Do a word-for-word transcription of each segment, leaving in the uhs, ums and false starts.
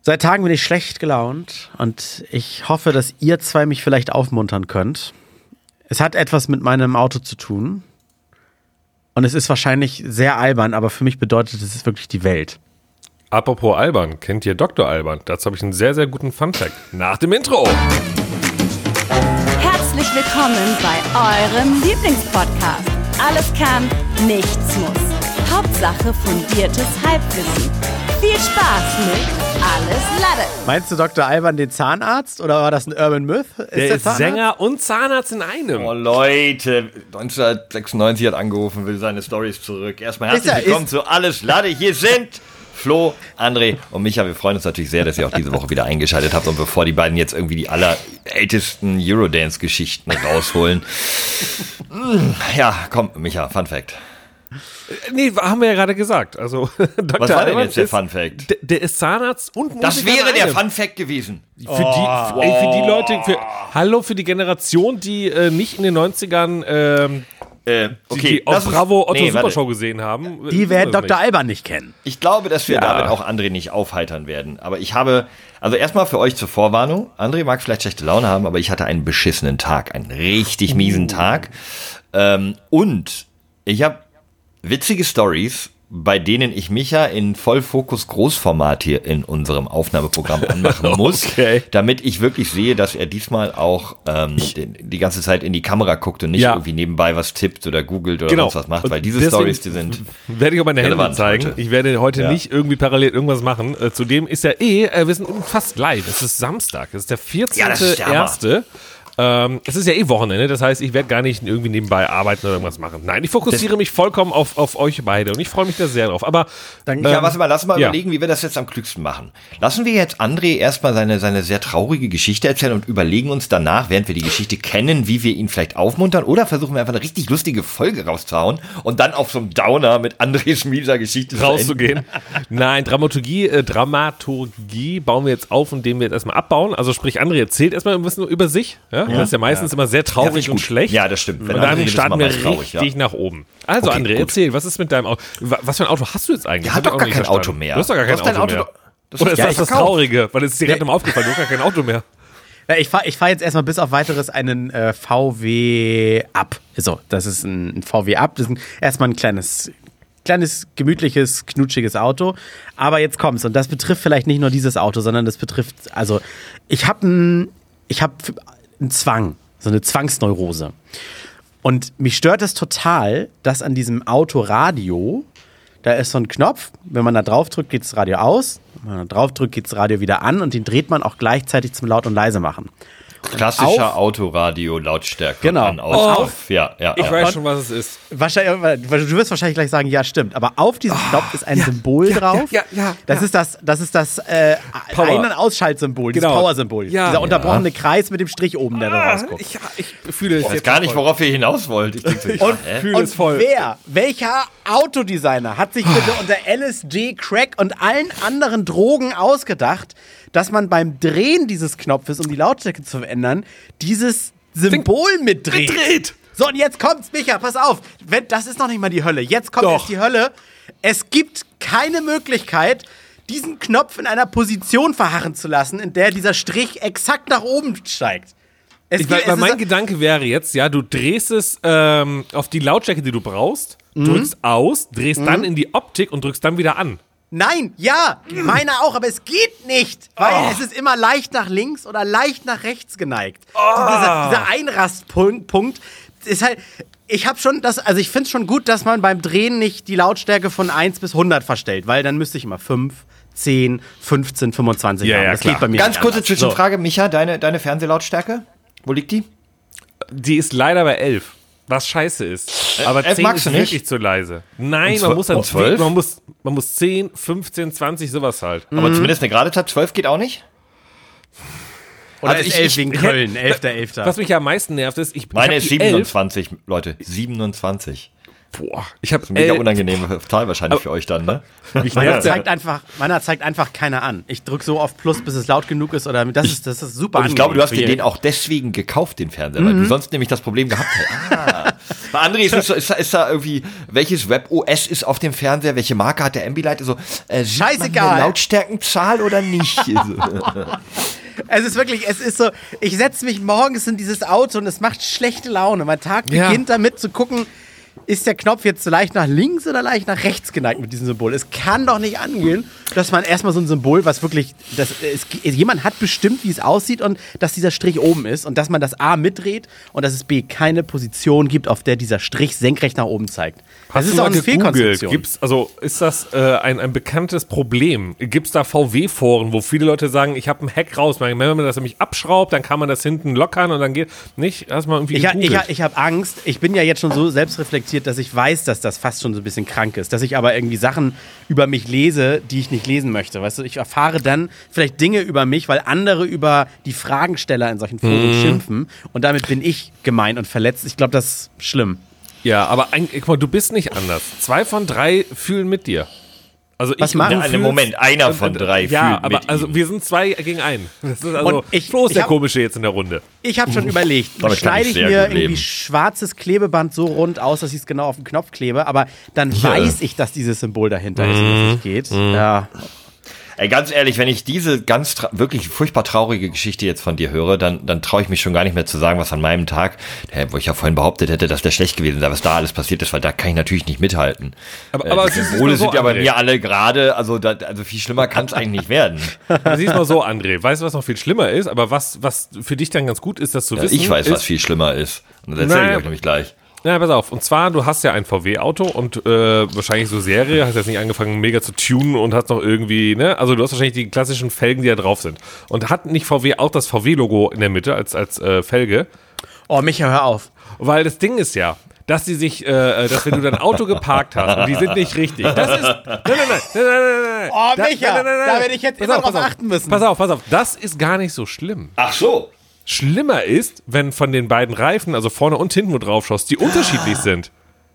Seit Tagen bin ich schlecht gelaunt und ich hoffe, dass ihr zwei mich vielleicht aufmuntern könnt. Es hat etwas mit meinem Auto zu tun und es ist wahrscheinlich sehr albern, aber für mich bedeutet es wirklich die Welt. Apropos albern, kennt ihr Doktor Alban? Dazu habe ich einen sehr, sehr guten Funfact nach dem Intro. Herzlich willkommen bei eurem Lieblingspodcast. Alles kann, nichts muss. Hauptsache fundiertes Halbwissen. Viel Spaß mit Alles Lade. Meinst du Doktor Alban den Zahnarzt oder war das ein Urban Myth? Ist der, der ist Zahnarzt? Sänger und Zahnarzt in einem. Oh Leute, neunzehnhundertsechsundneunzig hat angerufen, will seine Storys zurück. Erstmal herzlich er, willkommen zu Alles Lade. Hier sind Flo, André und Micha. Wir freuen uns natürlich sehr, dass ihr auch diese Woche wieder eingeschaltet habt. Und bevor die beiden jetzt irgendwie die allerältesten Eurodance-Geschichten rausholen. Ja, komm, Micha, Fun Fact. Nee, haben wir ja gerade gesagt. Also, Doktor Was war denn Alban jetzt der ist, Fun Fact? Der, der ist Zahnarzt und Musiker. Das wäre der Fun Fact gewesen. Für, oh, die, ey, für die Leute, für, hallo, für die Generation, die äh, nicht in den neunzigern ähm, äh, okay, die, die auf Bravo Otto nee, Supershow gesehen haben. Die werden Doktor Alban nicht kennen. Ich glaube, dass wir ja. damit auch André nicht aufheitern werden. Aber ich habe, also erstmal für euch zur Vorwarnung, André mag vielleicht schlechte Laune haben, aber ich hatte einen beschissenen Tag, einen richtig miesen uh. Tag. Ähm, und ich habe witzige Stories, bei denen ich Micha in Vollfokus Großformat hier in unserem Aufnahmeprogramm anmachen muss, okay. damit ich wirklich sehe, dass er diesmal auch ähm, die, die ganze Zeit in die Kamera guckt und nicht ja. irgendwie nebenbei was tippt oder googelt oder genau. sonst was macht, weil diese Stories, die sind werde ich auch meine Hände zeigen. Heute. Ich werde heute ja. nicht irgendwie parallel irgendwas machen. Äh, zudem ist ja eh, äh, wir sind fast live. Es ist Samstag, es ist der vierzehnte erste Ähm, es ist ja eh Wochenende, das heißt, ich werde gar nicht irgendwie nebenbei arbeiten oder irgendwas machen. Nein, ich fokussiere das mich vollkommen auf, auf euch beide und ich freue mich da sehr drauf. Aber Dann, ähm, ja, warte mal, lass mal ja. überlegen, wie wir das jetzt am klügsten machen. Lassen wir jetzt André erstmal seine, seine sehr traurige Geschichte erzählen und überlegen uns danach, während wir die Geschichte kennen, wie wir ihn vielleicht aufmuntern, oder versuchen wir einfach eine richtig lustige Folge rauszuhauen und dann auf so einem Downer mit Andres mieser Geschichte rauszugehen. Nein, Dramaturgie, äh, Dramaturgie bauen wir jetzt auf, indem wir jetzt erstmal abbauen. Also sprich, André erzählt erstmal ein bisschen über sich, ja? Ja. Das ist ja meistens ja. immer sehr traurig ja, und schlecht. Ja, das stimmt. Wenn und dann starten wir traurig, richtig ja. nach oben. Also okay, André, gut. erzähl, was ist mit deinem Auto? Was für ein Auto hast du jetzt eigentlich? Der hat doch gar kein verstanden. Auto mehr. Du hast doch gar kein Auto, Auto mehr. Das Oder ist ja, das das Traurige? Weil es ist dir gerade mal aufgefallen, du hast gar kein Auto mehr. Ja, ich fahre ich fahr jetzt erstmal bis auf weiteres einen äh, V W Up. So, das ist ein, ein V W Up. Das ist ein, erstmal ein kleines... kleines, gemütliches, knutschiges Auto. Aber jetzt kommt's. Und das betrifft vielleicht nicht nur dieses Auto, sondern das betrifft, also ich habe einen ich hab einen Zwang, so eine Zwangsneurose. Und mich stört es total, dass an diesem Autoradio, da ist so ein Knopf, wenn man da drauf drückt, geht das Radio aus, wenn man da drauf drückt, geht das Radio wieder an und den dreht man auch gleichzeitig zum Laut und leise machen. Klassischer Autoradio-Lautstärke. Genau. An, aus, oh. auf. Ja, ja, ich ja. weiß schon, was es ist. Wahrscheinlich, du wirst wahrscheinlich gleich sagen, ja, stimmt. Aber auf diesem oh, Knopf ist ein ja, Symbol ja, drauf. Ja, ja, ja, das, ja. Ist das, das ist das äh, Ein- und Ausschaltsymbol, genau. dieses Power-Symbol. Ja, dieser unterbrochene ja. Kreis mit dem Strich oben, der da rausguckt. Ich, ich fühle es. Ich weiß gar nicht, worauf ihr hinaus wollt. Ich und und, und voll. wer, welcher Autodesigner hat sich bitte unter L S D, Crack und allen anderen Drogen ausgedacht, dass man beim Drehen dieses Knopfes, um die Lautstärke zu verändern, dieses Symbol mitdreht. mitdreht. So, und jetzt kommt's, Micha, pass auf. Wenn, das ist noch nicht mal die Hölle. Jetzt kommt Doch. jetzt die Hölle. Es gibt keine Möglichkeit, diesen Knopf in einer Position verharren zu lassen, in der dieser Strich exakt nach oben steigt. Es ich, geht, weil es mein ist, Gedanke wäre jetzt, ja, du drehst es ähm, auf die Lautstärke, die du brauchst, mhm. drückst aus, drehst mhm. dann in die Optik und drückst dann wieder an. Nein, ja, meine auch, aber es geht nicht, weil oh. es ist immer leicht nach links oder leicht nach rechts geneigt. Oh. Dieser, dieser Einrastpunkt Punkt ist halt, ich habe schon das, also ich finde es schon gut, dass man beim Drehen nicht die Lautstärke von eins bis hundert verstellt, weil dann müsste ich immer fünf, zehn, fünfzehn, fünfundzwanzig ja, haben. Ja, das klar. geht bei mir Ganz nicht kurze anders. Zwischenfrage, so. Micha, deine, deine Fernsehlautstärke, wo liegt die? Die ist leider bei elf. Was scheiße ist. Aber äh, zehn ist wirklich zu leise. Nein, man muss dann zwölf? Man muss, man muss zehn, fünfzehn, zwanzig, sowas halt. Aber mhm. zumindest eine gerade Zahl, zwölf geht auch nicht? Oder also ist ich, elf ich, wegen Köln, elfter elfter Was mich ja am meisten nervt ist, ich Meine ich ist siebenundzwanzig, elf. Leute, siebenundzwanzig. Boah, ich habe mega äh, unangenehme Zahl wahrscheinlich für euch dann, ne? Meiner zeigt einfach, meiner zeigt einfach keiner an. Ich drücke so auf Plus, bis es laut genug ist, oder das ist, das ist super. Und ich glaube, du hast dir angenehm. den auch deswegen gekauft, den Fernseher, weil du sonst nämlich das Problem gehabt hättest. Ah. Bei André ist, ist, ist, ist da irgendwie, welches Web-O S ist auf dem Fernseher, welche Marke hat der Ambilight? So, äh, sieht Scheißegal. man eine Lautstärkenzahl oder nicht? Es ist wirklich, es ist so, ich setze mich morgens in dieses Auto und es macht schlechte Laune. Mein Tag beginnt Ja. damit zu gucken, ist der Knopf jetzt so leicht nach links oder leicht nach rechts geneigt mit diesem Symbol? Es kann doch nicht angehen, dass man erstmal so ein Symbol, was wirklich, das, es, jemand hat bestimmt, wie es aussieht und dass dieser Strich oben ist und dass man das A mitdreht und dass es B keine Position gibt, auf der dieser Strich senkrecht nach oben zeigt. Das Hast ist du auch mal eine gegoogelt? Fehlkonstruktion. Gibt's, also ist das äh, ein, ein bekanntes Problem? Gibt es da V W-Foren, wo viele Leute sagen, ich habe einen Hack raus, wenn man das nämlich abschraubt, dann kann man das hinten lockern und dann geht nicht? Hast du mal irgendwie Ich, ha- ich, gegoogelt? ha- ich habe Angst. Ich bin ja jetzt schon so selbstreflektiert, dass ich weiß, dass das fast schon so ein bisschen krank ist. Dass ich aber irgendwie Sachen über mich lese, die ich nicht lesen möchte. Weißt du, ich erfahre dann vielleicht Dinge über mich, weil andere über die Fragensteller in solchen Foren Mhm. schimpfen. Und damit bin ich gemeint und verletzt. Ich glaube, das ist schlimm. Ja, aber ein, guck mal, du bist nicht anders. Zwei von drei fühlen mit dir. Also Was ich machen? du Ja, einen fühlst- Moment, einer von und- drei ja, fühlt aber mit also ihm. wir sind zwei gegen einen. Das ist also Und ich- Flo ist ich der hab- Komische jetzt in der Runde. Ich habe schon überlegt, Damit kann schneide ich ich sehr mir gut irgendwie leben. schwarzes Klebeband so rund aus, dass ich es genau auf den Knopf klebe, aber dann Ja. weiß ich, dass dieses Symbol dahinter ist und Mhm. es nicht geht. Ja. Ey, ganz ehrlich, wenn ich diese ganz tra- wirklich furchtbar traurige Geschichte jetzt von dir höre, dann, dann traue ich mich schon gar nicht mehr zu sagen, was an meinem Tag, der, wo ich ja vorhin behauptet hätte, dass der schlecht gewesen sei, was da alles passiert ist, weil da kann ich natürlich nicht mithalten. Aber, Äh, aber die es ist Symbole mal so, sind ja bei André. mir alle gerade, also, da, also viel schlimmer kann es eigentlich nicht werden. Aber siehst mal so, André, weißt du, was noch viel schlimmer ist? Aber was, was für dich dann ganz gut ist, dass du Ja, wissen, ich weiß, ist, was viel schlimmer ist. Und das erzähle ich Nein. euch nämlich gleich. Na, pass auf. Und zwar, du hast ja ein V W-Auto und äh, wahrscheinlich so Serie, hast jetzt nicht angefangen mega zu tunen und hast noch irgendwie, ne? Also du hast wahrscheinlich die klassischen Felgen, die da drauf sind. Und hat nicht V W auch das V W-Logo in der Mitte als, als äh, Felge? Oh, Micha, hör auf. Weil das Ding ist ja, dass die sich, äh, dass wenn du dein Auto geparkt hast und die sind nicht richtig, das ist, nein, nein, nein, nein, nein, nein, nein. Oh, Da- Micha, nein, nein, nein, da nein. werde ich jetzt Pass immer auf, drauf pass auf. achten müssen. Pass auf, pass auf, das ist gar nicht so schlimm. Ach so. Schlimmer ist, wenn von den beiden Reifen, also vorne und hinten, wo du drauf schaust, die unterschiedlich sind.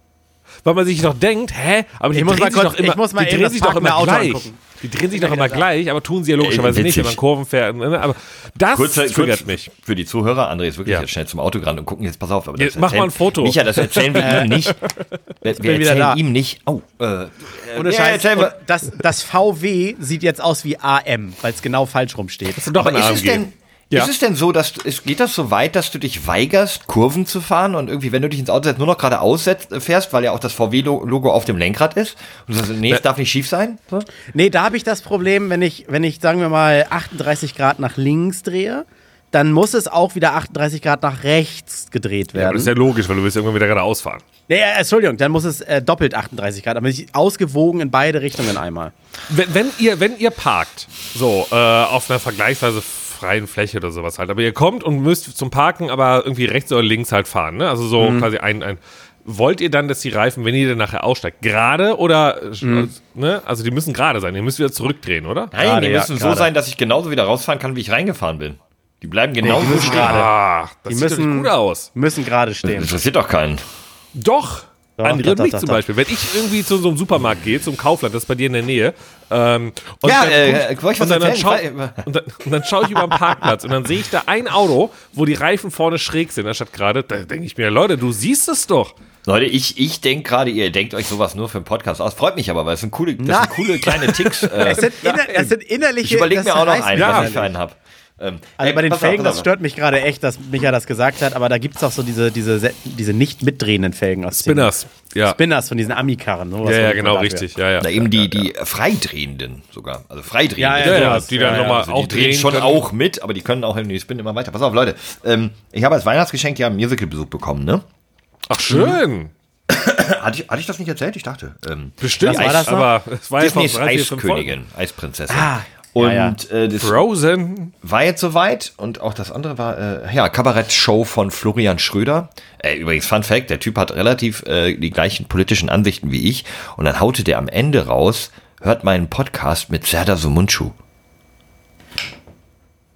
Weil man sich doch denkt, hä, aber die Ich muss drehen mal sich kurz- doch immer, ich muss mal die eben drehen das sich doch parkende immer Auto gleich. angucken. Die drehen sich bin doch immer wieder da. gleich, aber tun sie ja logischerweise Ey, nicht, wenn man witzig. Kurven fährt. ne? Aber das Kurz, triggert kurz mich. für die Zuhörer, André ist wirklich Ja. jetzt schnell zum Auto gerannt und gucken jetzt, pass auf. Aber Jetzt das mach erzählen- mal ein Foto. Micha, das erzählen wir ihm nicht. Wir, wir bin wieder erzählen da. ihm nicht. Oh, äh, Ohne ja, Scheiß. erzählen Und wir. das, das V W sieht jetzt aus wie A M, weil es genau falsch rum steht. Das ist doch Aber ein ist A M es G. denn, Ja. ist es denn so, dass es geht das so weit, dass du dich weigerst, Kurven zu fahren und irgendwie, wenn du dich ins Auto setzt, nur noch geradeaus setzt, fährst, weil ja auch das V W-Logo auf dem Lenkrad ist? Und du sagst, nee, es darf nicht schief sein? So? Nee, da habe ich das Problem, wenn ich, wenn ich, sagen wir mal, achtunddreißig Grad nach links drehe, dann muss es auch wieder achtunddreißig Grad nach rechts gedreht Ja, aber werden. das ist ja logisch, weil du willst irgendwann wieder geradeaus fahren. nee, äh, Entschuldigung, dann muss es äh, doppelt achtunddreißig Grad, aber nicht ausgewogen in beide Richtungen einmal. Wenn, wenn, ihr, wenn ihr parkt, so, äh, auf einer vergleichsweise freien Fläche oder sowas halt, aber ihr kommt und müsst zum Parken aber irgendwie rechts oder links halt fahren, ne? Also so quasi ein, ein. Wollt ihr dann, dass die Reifen, wenn ihr dann nachher aussteigt, gerade oder, äh, ne? Also die müssen gerade sein, ihr müsst wieder zurückdrehen, oder? Nein, Gerade, die ja, müssen so gerade. sein, dass ich genauso wieder rausfahren kann, wie ich reingefahren bin. Die bleiben genauso die müssen stehen. gerade. Ah, das Die sieht doch müssen- nicht gut aus. Müssen gerade Das stehen. interessiert doch keinen. Doch. Doch, André doch, und doch, mich doch, zum doch. Beispiel. Wenn ich irgendwie zu so einem Supermarkt gehe, zum Kaufland, das ist bei dir in der Nähe, ähm, und Ja, dann äh, guck- wollte ich was und dann, dann, schau, erzählen? und, dann, und dann schaue ich über den Parkplatz und dann sehe ich da ein Auto, wo die Reifen vorne schräg sind, anstatt gerade, da denke ich mir, Leute, du siehst es doch. Leute, ich, ich denke gerade, ihr denkt euch sowas nur für einen Podcast aus. Freut mich aber, weil es sind coole, das Nein. sind coole kleine Ticks. Äh, Es sind, inner, es sind innerliche. ich überlege das mir auch noch heißt einen, mir was das ich für einen habe. Ähm, Also ey, bei den pass auf, Felgen, pass das auf. stört mich gerade echt, dass Micha das gesagt hat, aber da gibt es auch so diese, diese, Se- diese nicht mitdrehenden Felgen aus den- Spinners. Ja, Spinners von diesen Ami-Karren. sowas ja, ja von- genau, dafür. richtig. Ja, ja. Na, eben die, die freidrehenden sogar. Also freidrehende. Ja, Ja, ja, sowas. die dann Ja, ja. nochmal Also auch die drehen drehen schon können. auch mit, aber die können auch irgendwie spinnen immer weiter. Pass auf, Leute. Ähm, ich habe als Weihnachtsgeschenk ja einen Musical-Besuch bekommen, ne? Ach, schön. Hatte ich, hatte ich das nicht erzählt? Ich dachte. Ähm, Bestimmt, Was war das noch? aber es war jetzt Disneys noch drei, vier, fünf Folgen. Eiskönigin, Eisprinzessin. Ah, Und ja, Äh, das Frozen. war jetzt soweit und auch das andere war, äh, ja, Kabarettshow von Florian Schröder. Äh, übrigens, Fun Fact, der Typ hat relativ äh, die gleichen politischen Ansichten wie ich und dann haute der am Ende raus, hört meinen Podcast mit Serdar Somuncu.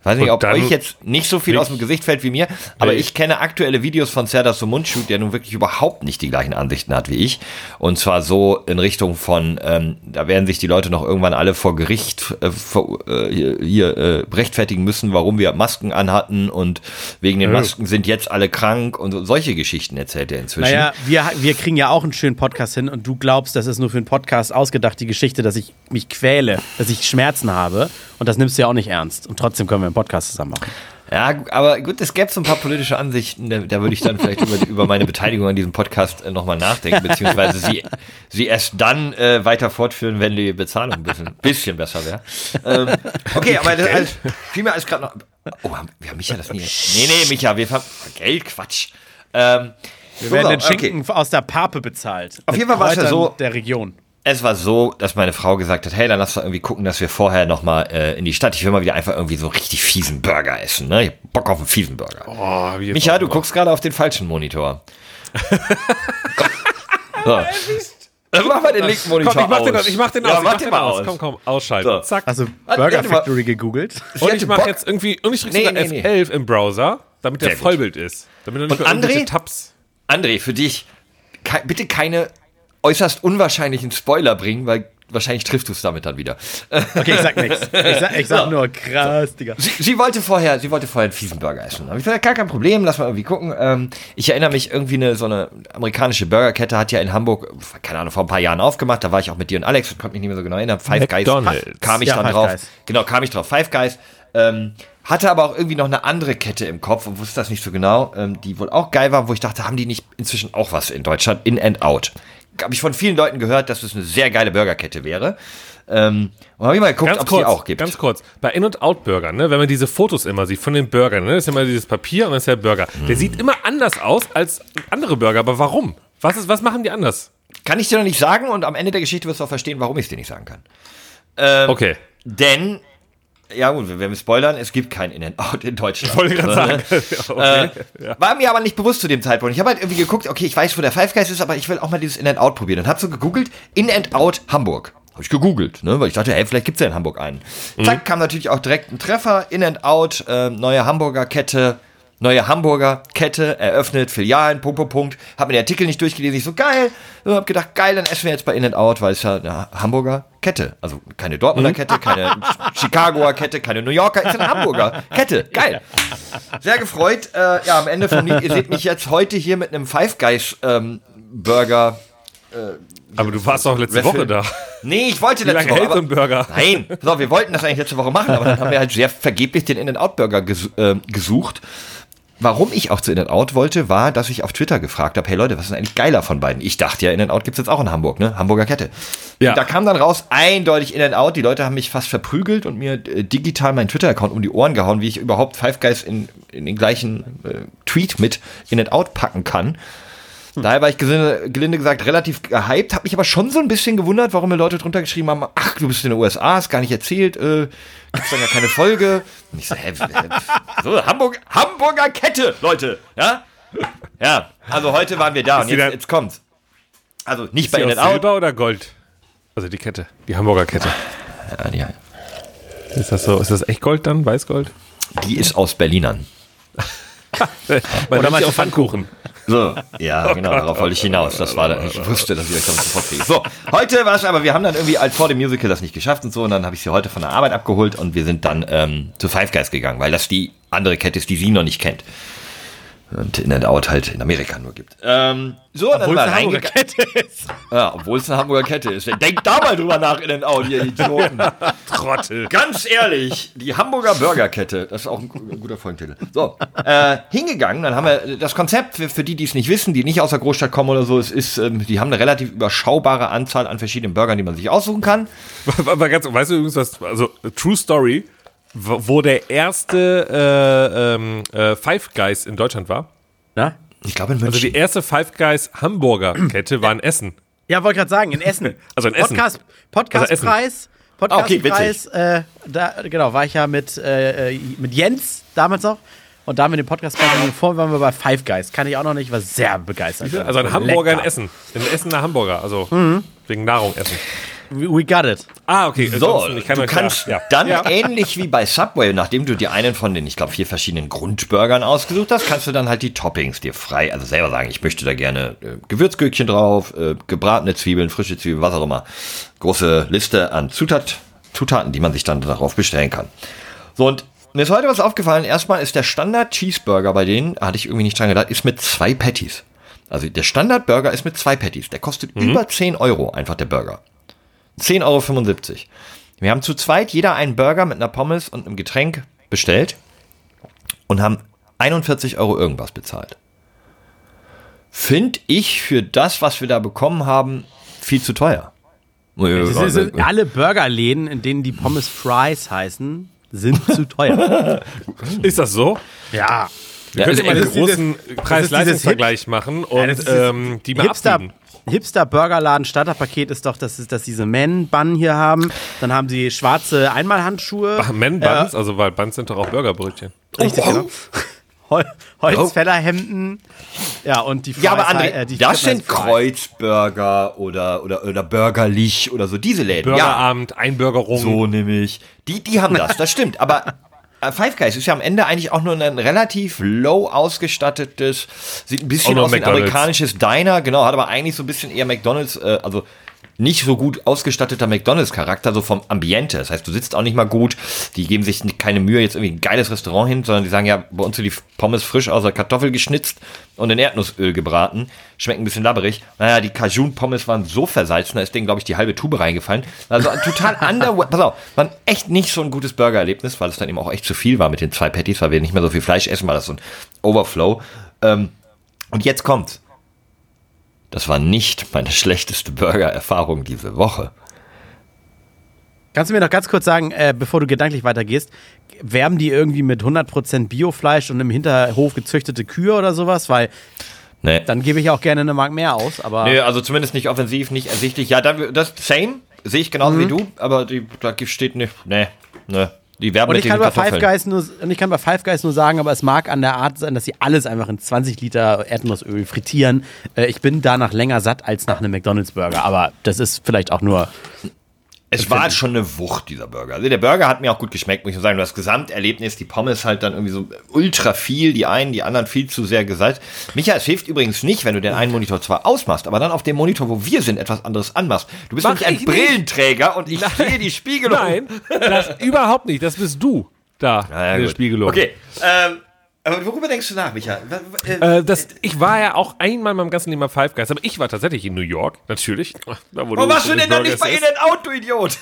Weiß nicht, Und ob dann- euch jetzt nicht so viel Nee. aus dem Gesicht fällt wie mir, aber Nee. ich kenne aktuelle Videos von Serdar Somuncu, der nun wirklich überhaupt nicht die gleichen Ansichten hat wie ich. Und zwar so in Richtung von, ähm, da werden sich die Leute noch irgendwann alle vor Gericht äh, vor, äh, hier, hier äh, rechtfertigen müssen, warum wir Masken anhatten und wegen den Ja. Masken sind jetzt alle krank und so, solche Geschichten erzählt er inzwischen. Naja, wir, wir kriegen ja auch einen schönen Podcast hin und du glaubst, das ist nur für einen Podcast ausgedacht, die Geschichte, dass ich mich quäle, dass ich Schmerzen habe und das nimmst du ja auch nicht ernst. Und trotzdem können wir einen Podcast zusammen machen. Ja, aber gut, es gäbe so ein paar politische Ansichten, da, da würde ich dann vielleicht über, über meine Beteiligung an diesem Podcast äh, nochmal nachdenken, beziehungsweise sie, sie erst dann äh, weiter fortführen, wenn die Bezahlung ein bisschen, bisschen besser wäre. Ähm, okay, aber das, also, vielmehr ist gerade noch... Oh, wir haben Micha das nie... Nee, nee, Micha, wir... ver- Geld, Quatsch. Ähm, Wir werden den okay. Schinken aus der Pape bezahlt. Auf Mit jeden Fall war es ja Kräutern so- der Region. Es war so, dass meine Frau gesagt hat, hey, dann lass doch irgendwie gucken, dass wir vorher nochmal äh, in die Stadt, ich will mal wieder einfach irgendwie so richtig fiesen Burger essen, ne? Ich hab Bock auf einen fiesen Burger. Oh, wie Micha, du guckst gerade auf den falschen Monitor. so. Dann mach mal den linken Monitor Komm, ich mach aus. den, aus, ich mach den ja, aus, ich mach mach den den mal aus. aus. Komm, komm, ausschalten. So. Zack. Also Warte, Burger warte mal. Factory gegoogelt. Sie Und hatte ich mach Bock- jetzt irgendwie, und ich drück Nee, sogar nee, F nee. elf im Browser, damit der Sehr gut. Vollbild ist. Damit er nicht Und mehr irgendwelche André? Tabs. André, für dich, ke bitte keine äußerst unwahrscheinlichen Spoiler bringen, weil wahrscheinlich triffst du es damit dann wieder. Okay, ich sag nichts. Ich sag, ich sag nur krass, Digga. Sie, sie wollte vorher, sie wollte vorher einen fiesen Burger essen. Aber ich gesagt, gar kein Problem, lass mal irgendwie gucken. Ähm, ich erinnere mich, irgendwie eine, so eine amerikanische Burgerkette hat ja in Hamburg, keine Ahnung, vor ein paar Jahren aufgemacht. Da war ich auch mit dir und Alex, konnte mich nicht mehr so genau erinnern. Five Guys. McDonald's. Kam ich Ja, dann Five drauf. Guys. Genau, kam ich drauf. Five Guys. Ähm, hatte aber auch irgendwie noch eine andere Kette im Kopf und wusste das nicht so genau, ähm, die wohl auch geil war, wo ich dachte, haben die nicht inzwischen auch was in Deutschland? In and Out. Habe ich von vielen Leuten gehört, dass das eine sehr geile Burgerkette wäre. Ähm, und habe ich mal geguckt, Ganz ob es kurz, die auch gibt. ganz kurz. Bei In-N-Out-Burger, ne, wenn man diese Fotos immer sieht von den Burgern, ne, ist immer dieses Papier und dann ist der Burger. Mhm. Der sieht immer anders aus als andere Burger, aber warum? Was, ist, was machen die anders? Kann ich dir noch nicht sagen und am Ende der Geschichte wirst du auch verstehen, warum ich es dir nicht sagen kann. Ähm, Okay. Denn, ja gut, wenn wir spoilern, es gibt kein In-N-Out in Deutschland. Ich wollte gerade sagen. okay. Äh, war mir aber nicht bewusst zu dem Zeitpunkt. Ich habe halt irgendwie geguckt, okay, ich weiß, wo der Five Guys ist, aber ich will auch mal dieses In-N-Out probieren. Und habe so gegoogelt, In-N-Out Hamburg. Habe ich gegoogelt, ne, weil ich dachte, hey, vielleicht gibt's ja in Hamburg einen. Zack, kam natürlich auch direkt ein Treffer. In-N-Out, äh, neue Hamburger Kette. Neue Hamburger Kette, eröffnet, Filialen, Punkt, Punkt, Punkt. Hab mir den Artikel nicht durchgelesen, ich so, geil. So, hab gedacht, geil, dann essen wir jetzt bei In-N-Out, weil es ja eine Hamburger Kette. Also keine Dortmunder Kette, keine Chicagoer Kette, keine New Yorker, ist eine Hamburger Kette. Geil. Sehr gefreut. Äh, ja, am Ende vom Lied, ihr seht mich jetzt heute hier mit einem Five Guys ähm, Burger. Aber du warst doch letzte Raffle. Woche da. Nee, ich wollte Wie lange letzte Woche. hält so Aber, ein Burger? nein, so, wir wollten das eigentlich letzte Woche machen, aber dann haben wir halt sehr vergeblich den In-N-Out-Burger ges äh, gesucht. Warum ich auch zu In-N-Out wollte, war, dass ich auf Twitter gefragt habe, hey Leute, was ist eigentlich geiler von beiden? Ich dachte ja, In-N-Out gibt's jetzt auch in Hamburg, ne? Hamburger Kette. Ja. Da kam dann raus, eindeutig In-N-Out. Die Leute haben mich fast verprügelt und mir äh, digital meinen Twitter-Account um die Ohren gehauen, wie ich überhaupt Five Guys in, in den gleichen äh, Tweet mit In-N-Out packen kann. Daher war ich gelinde, gelinde gesagt relativ gehypt, habe mich aber schon so ein bisschen gewundert, warum mir Leute drunter geschrieben haben, ach, du bist in den U S A, hast gar nicht erzählt, äh, gibt's dann gar keine Folge. Und ich so, hä, hä, so, Hamburg, Hamburger Kette, Leute, ja? Ja, also heute waren wir da und die jetzt, dann- jetzt kommt's. Also nicht Ist bei die aus In-N-Out. Silber oder Gold? Also die Kette, die Hamburger Kette. Ja, die, Ist das so? Ist das echt Gold dann? Weißgold? die ist aus Berlinern. Man Oder nennt sie meinst auch du Pfannkuchen. So, ja, genau, darauf wollte ich hinaus. Das war, ich wusste, dass ich euch damit sofort kriege. So, heute war es aber, wir haben dann irgendwie als vor dem Musical das nicht geschafft und so, und dann habe ich sie heute von der Arbeit abgeholt und wir sind dann ähm, zu Five Guys gegangen, weil das die andere Kette ist, die sie noch nicht kennt. Und In-N-Out halt in Amerika nur gibt. Ähm, so, dann Obwohl es mal eine Hamburger reingegangen. Kette ist. Ja, obwohl es eine Hamburger Kette ist. Denkt da mal drüber nach, In-N-Out, ihr Idioten. Trottel. Ganz ehrlich, die Hamburger Burgerkette, das ist auch ein gu- ein guter Folgentitel. So, äh, hingegangen, dann haben wir das Konzept, für, für die, die es nicht wissen, die nicht aus der Großstadt kommen oder so, es ist, ähm, die haben eine relativ überschaubare Anzahl an verschiedenen Burgern, die man sich aussuchen kann. Aber ganz, weißt du übrigens, was, also True Story, wo wo der erste äh, ähm, äh, Five Guys in Deutschland war. Na? Ich glaube in Also München. die erste Five Guys Hamburger Kette war in Essen. Ja, wollte gerade sagen, in Essen. Also in Essen. Podcast, Also Podcastpreis. Ah, okay, Podcastpreis, äh, da, genau, war ich ja mit, äh, mit Jens damals noch. Und da haben wir den Podcastpreis und vorher waren wir bei Five Guys. Kann ich auch noch nicht, war sehr begeistert. Also ein Hamburger Lecker. in Essen. In Essen ein Hamburger, also wegen Nahrung essen. We got it. Ah, okay. So, ich kann du euch kannst ja. dann ja. ähnlich wie bei Subway, nachdem du dir einen von den, ich glaube, vier verschiedenen Grundburgern ausgesucht hast, kannst du dann halt die Toppings dir frei, also selber sagen, ich möchte da gerne äh, Gewürzgürkchen drauf, äh, gebratene Zwiebeln, frische Zwiebeln, was auch immer. Große Liste an Zutat, Zutaten, die man sich dann darauf bestellen kann. So, und mir ist heute was aufgefallen. Erstmal ist der Standard-Cheeseburger bei denen, hatte ich irgendwie nicht dran gedacht, ist mit zwei Patties. Also der Standard-Burger ist mit zwei Patties. Der kostet mhm. über zehn Euro, einfach der Burger. zehn Euro fünfundsiebzig. Wir haben zu zweit jeder einen Burger mit einer Pommes und einem Getränk bestellt und haben einundvierzig Euro irgendwas bezahlt. Finde ich für das, was wir da bekommen haben, viel zu teuer. Das sind alle Burgerläden, in denen die Pommes Fries heißen, sind zu teuer. Ist das so? Ja. Wir ja, können mal einen großen dieses, Preis-Leistungs-Vergleich machen und ja, ähm, die mal Hipster, abbiegen. Hipster-Burgerladen Starterpaket ist doch, dass, dass sie diese Man-Bun hier haben. Dann haben sie schwarze Einmalhandschuhe. Ach, Man-Buns? Äh, also, weil Buns sind doch auch Burgerbrötchen. Richtig, oh, oh. genau. Hol- Holzfällerhemden. Ja, und die Fries, Ja, aber André, äh, die das sind Fries. Kreuzburger oder, oder, oder Burgerlich oder so, diese Läden. Burgerabend, ja. Einbürgerung. So nämlich. Die, die haben das, das stimmt. Aber äh, Five Guys ist ja am Ende eigentlich auch nur ein relativ low ausgestattetes, sieht ein bisschen aus wie ein amerikanisches Diner, genau, hat aber eigentlich so ein bisschen eher McDonald's, äh, also nicht so gut ausgestatteter McDonald's-Charakter, so vom Ambiente. Das heißt, du sitzt auch nicht mal gut, die geben sich keine Mühe, jetzt irgendwie ein geiles Restaurant hin, sondern die sagen, ja, bei uns sind die Pommes frisch aus der Kartoffel geschnitzt und in Erdnussöl gebraten. Schmeckt ein bisschen labberig. Naja, die Cajun-Pommes waren so versalzen, da ist denen, glaube ich, die halbe Tube reingefallen. Also ein total under... Pass auf, war echt nicht so ein gutes Burgererlebnis, weil es dann eben auch echt zu viel war mit den zwei Patties, weil wir nicht mehr so viel Fleisch essen, war das so ein Overflow. Ähm, und jetzt kommt's. Das war nicht meine schlechteste Burger-Erfahrung diese Woche. Kannst du mir noch ganz kurz sagen, äh, bevor du gedanklich weitergehst, werben die irgendwie mit hundert Prozent Biofleisch und im Hinterhof gezüchtete Kühe oder sowas? Weil Nee. dann gebe ich auch gerne eine Mark mehr aus. Aber Nee, also zumindest nicht offensiv, nicht ersichtlich. Ja, dann, das same, sehe ich genauso Mhm. wie du, aber die, da steht nicht, nee, nee. Die werben und mit ich, kann den bei Five Kartoffeln. Guys nur, und ich kann bei Five Guys nur sagen, aber es mag an der Art sein, dass sie alles einfach in zwanzig Liter Erdnussöl frittieren. Äh, ich bin danach länger satt als nach einem McDonald's-Burger, aber das ist vielleicht auch nur... Es war schon eine Wucht, dieser Burger. Also der Burger hat mir auch gut geschmeckt, muss ich sagen. Das Gesamterlebnis, die Pommes halt dann irgendwie so ultra viel, die einen, die anderen viel zu sehr gesalzt. Micha, es hilft übrigens nicht, wenn du den einen Monitor zwar ausmachst, aber dann auf dem Monitor, wo wir sind, etwas anderes anmachst. Du bist Mach nämlich ein ich Brillenträger und ich sehe die Spiegelung. Nein, das überhaupt nicht. Das bist du da, Ja, ja, in der gut. Spiegelung. Okay, ähm, aber worüber denkst du nach, Micha? Äh, Äh, das, ich war ja auch einmal in meinem ganzen Leben bei Five Guys, aber ich war tatsächlich in New York, natürlich. Da, wo Warum warst du den denn dann nicht Burgers bei isst. In-N-Out, du Idiot?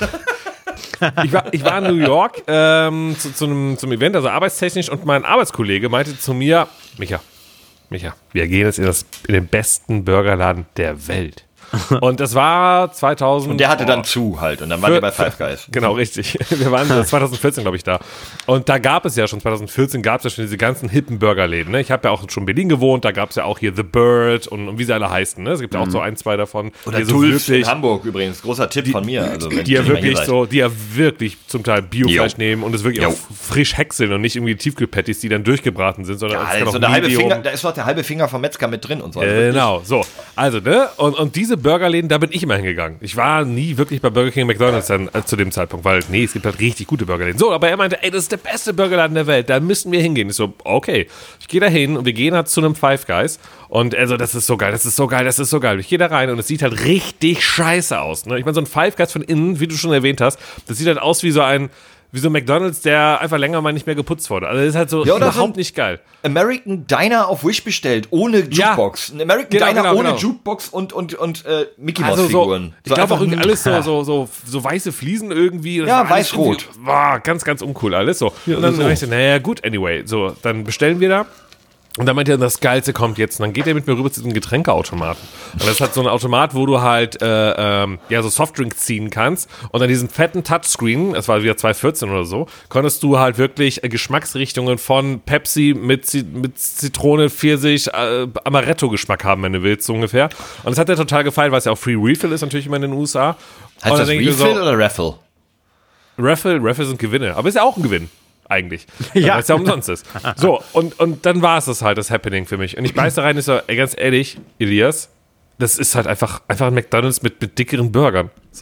Ich war, ich war in New York ähm, zu, zu einem, zum Event, also arbeitstechnisch, und mein Arbeitskollege meinte zu mir, Micha, Micha, wir gehen jetzt in, das, in den besten Burgerladen der Welt. Und das war zweitausend. Und der hatte oh, dann zu halt und dann waren wir bei Five Guys. Genau, richtig. Wir waren zwanzig vierzehn, glaube ich, da. Und da gab es ja schon, zwanzig vierzehn gab es ja schon diese ganzen hippen Burgerläden. Ne? Ich habe ja auch schon in Berlin gewohnt, da gab es ja auch hier The Bird und, und wie sie alle heißen. Ne? Es gibt ja auch so ein, zwei davon. Oder die so Tulps in wirklich, Hamburg übrigens, großer Tipp von mir. Also, wenn die ja ihr mal hier wirklich seid. so, die ja wirklich zum Teil Biofleisch Jo. nehmen und es wirklich Jo. auch frisch häckseln und nicht irgendwie Tiefkühlpatties, die dann durchgebraten sind, sondern Ja, es da kann ist, auch so der halbe Medium- Finger, da ist noch der halbe Finger vom Metzger mit drin und so. Also wirklich. Genau, so. Also, ne? Und, und diese Burgerläden, da bin ich immer hingegangen. Ich war nie wirklich bei Burger King und McDonald's dann äh, zu dem Zeitpunkt, weil, nee, es gibt halt richtig gute Burgerläden. So, aber er meinte, ey, das ist der beste Burgerladen der Welt, da müssen wir hingehen. Ich so, okay. Ich gehe da hin und wir gehen halt zu einem Five Guys und also, das ist so geil, das ist so geil, das ist so geil. Ich gehe da rein und es sieht halt richtig scheiße aus. Ne? Ich meine, so ein Five Guys von innen, wie du schon erwähnt hast, das sieht halt aus wie so ein wie so ein McDonald's, der einfach länger mal nicht mehr geputzt wurde. Also das ist halt so Ja, oder überhaupt so ein- nicht geil. American Diner auf Wish bestellt, ohne Jukebox. Ein American Genau, Diner genau, genau. ohne Jukebox und, und, und äh, Mickey Also Mouse so, Figuren. ich glaube auch einfach irgendwie nur- alles so, so, so, so weiße Fliesen irgendwie. Das Ja, war alles weiß-rot. irgendwie- Boah, ganz, ganz uncool alles so. und dann so. so. ich so, naja, gut, anyway. So, dann bestellen wir da. Und dann meint er, das Geilste kommt jetzt. Und dann geht er mit mir rüber zu diesem Getränkeautomaten. Und das hat so ein Automat, wo du halt äh, ähm, ja so Softdrinks ziehen kannst. Und an diesem fetten Touchscreen, das war wieder zwanzig vierzehn oder so, konntest du halt wirklich äh, Geschmacksrichtungen von Pepsi mit, Zi- mit Zitrone, Pfirsich, äh, Amaretto-Geschmack haben, wenn du willst, so ungefähr. Und das hat er total gefallen, weil es ja auch Free Refill ist natürlich immer in den U S A. Und Heißt dann das denk ich mir Refill so, oder Raffle? Raffle, Raffle sind Gewinne. Aber ist ja auch ein Gewinn, eigentlich. Ja. Weil es ja umsonst ist. So, und, und dann war es das halt, das Happening für mich. Und ich beiß da rein und so, ey, ganz ehrlich, Elias, das ist halt einfach, einfach ein McDonald's mit, mit dickeren Burgern. So.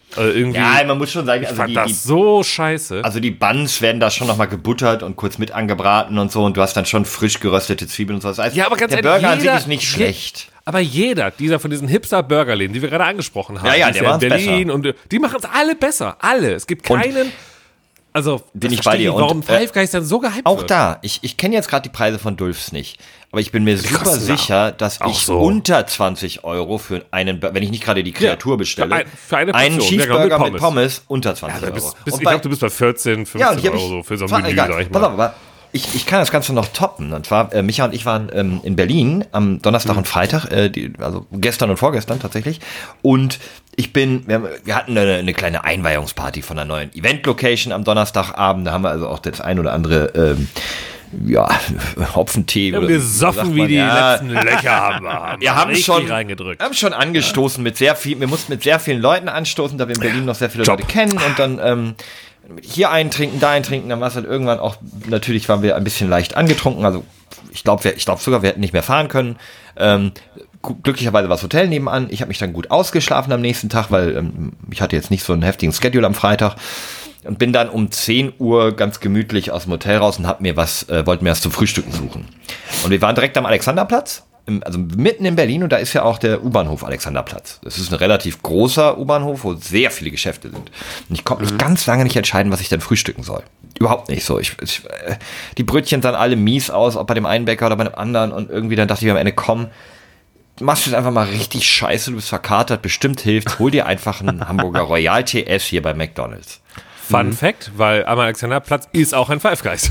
Also irgendwie, Ja, man muss schon sagen, ich also fand die, das die, so scheiße. also die Buns werden da schon nochmal gebuttert und kurz mit angebraten und so und du hast dann schon frisch geröstete Zwiebeln und so. Das heißt, Ja, aber ganz der ehrlich, Burger an jeder- sich ist nicht je- schlecht. Aber jeder dieser von diesen Hipster-Burgerläden, die wir gerade angesprochen haben, Ja, ja, die der ist ja macht's in Berlin besser. und äh, die machen es alle besser. Alle. Es gibt Und keinen. Also, bin das ich bei verstehe dir. nicht, warum Und, äh, Five Guys dann so gehypt Auch wird. da, ich, ich kenne jetzt gerade die Preise von Dulfs nicht, aber ich bin mir super kosten sicher, dass auch ich so. unter zwanzig Euro für einen, Bur- wenn ich nicht gerade die Kreatur Ja, bestelle, für ein- für eine einen Portion, ja, genau, Cheeseburger mit mit Pommes. Pommes unter zwanzig Ja, Euro. bist, bist, Und ich bei- glaube, du bist bei vierzehn, Ja, und fünfzehn hier hab Euro so für so ein zwar- Menü, egal, sag ich pass mal. auf, aber ich, ich kann das Ganze noch toppen. Und zwar, äh, Micha und ich waren ähm, in Berlin am Donnerstag Mhm. und Freitag, äh, die, also gestern und vorgestern tatsächlich. Und ich bin, wir, haben, wir hatten eine, eine kleine Einweihungsparty von einer neuen Event-Location am Donnerstagabend. Da haben wir also auch das ein oder andere, ähm, ja, Hopfentee. Wir haben oder wie gesoffen sagt wie man? die Ja, letzten Löcher haben wir. Haben wir haben richtig schon, reingedrückt. haben schon angestoßen mit sehr viel, wir mussten mit sehr vielen Leuten anstoßen, da wir in Berlin noch sehr viele Job. Leute kennen und dann ähm, hier eintrinken, da eintrinken, dann war es halt irgendwann auch, natürlich waren wir ein bisschen leicht angetrunken, also ich glaube ich glaub sogar, wir hätten nicht mehr fahren können. Ähm, gu- glücklicherweise war das Hotel nebenan, ich habe mich dann gut ausgeschlafen am nächsten Tag, weil ähm, ich hatte jetzt nicht so einen heftigen Schedule am Freitag. Und bin dann um zehn Uhr ganz gemütlich aus dem Hotel raus und hab mir was, äh, wollten mir was zum Frühstücken suchen. Und wir waren direkt am Alexanderplatz, im, also mitten in Berlin, und da ist ja auch der U-Bahnhof Alexanderplatz. Das ist ein relativ großer U-Bahnhof, wo sehr viele Geschäfte sind. Und ich konnte mich ganz lange nicht entscheiden, was ich denn frühstücken soll. Überhaupt nicht so. Ich, ich, äh, die Brötchen sahen alle mies aus, ob bei dem einen Bäcker oder bei dem anderen. Und irgendwie dann dachte ich am Ende, komm, machst du jetzt einfach mal richtig scheiße, du bist verkatert, bestimmt hilft, hol dir einfach einen Hamburger Royal T S hier bei McDonald's. Fun Fact, weil am Alexanderplatz ist auch ein Five Guys.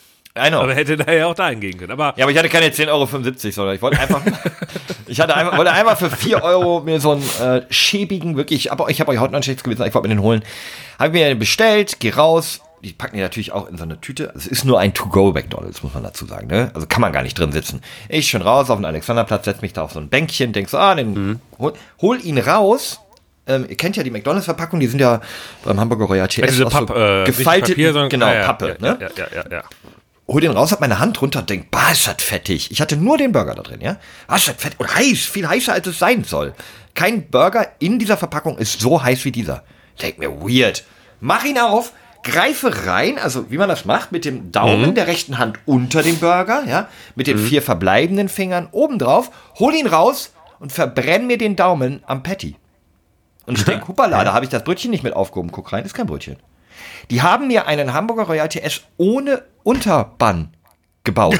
I know. Aber hätte da ja auch dahin gehen können. Aber Ja, aber ich hatte keine zehn Euro fünfundsiebzig, sondern ich wollte einfach, ich hatte einfach, wollte einmal für vier Euro mir so einen äh, schäbigen, wirklich, aber ich habe euch heute noch ein schlechtes Gewissen, ich wollte mir den holen. Habe mir den bestellt, geh raus, die packen die natürlich auch in so eine Tüte. Es ist nur ein To-Go-McDonald's, muss man dazu sagen, ne? Also kann man gar nicht drin sitzen. Ich schon raus auf den Alexanderplatz, setz mich da auf so ein Bänkchen, denk so, ah, den, Mhm. hol, hol ihn raus. Ähm, ihr kennt ja die McDonald's-Verpackung, die sind ja beim Hamburger Royal T S diese aus so Papp, äh, nicht gefalteten, Papier, sondern genau, ja, ja, Pappe, ja, ne? Ja, ja, ja, ja. Hol den raus, hab meine Hand runter und denk, bah, ist das fettig. Ich hatte nur den Burger da drin, ja? Ah, ist das fett und heiß, viel heißer als es sein soll. Kein Burger in dieser Verpackung ist so heiß wie dieser. Denk mir, weird. Mach ihn auf, greife rein, also wie man das macht, mit dem Daumen Mhm. der rechten Hand unter den Burger, ja? Mit den vier verbleibenden Fingern oben drauf, hol ihn raus und verbrenn mir den Daumen am Patty. Und ich denk, hupala, da habe ich das Brötchen nicht mit aufgehoben. Guck rein, ist kein Brötchen. Die haben mir einen Hamburger Royal T S ohne Unterbann gebaut.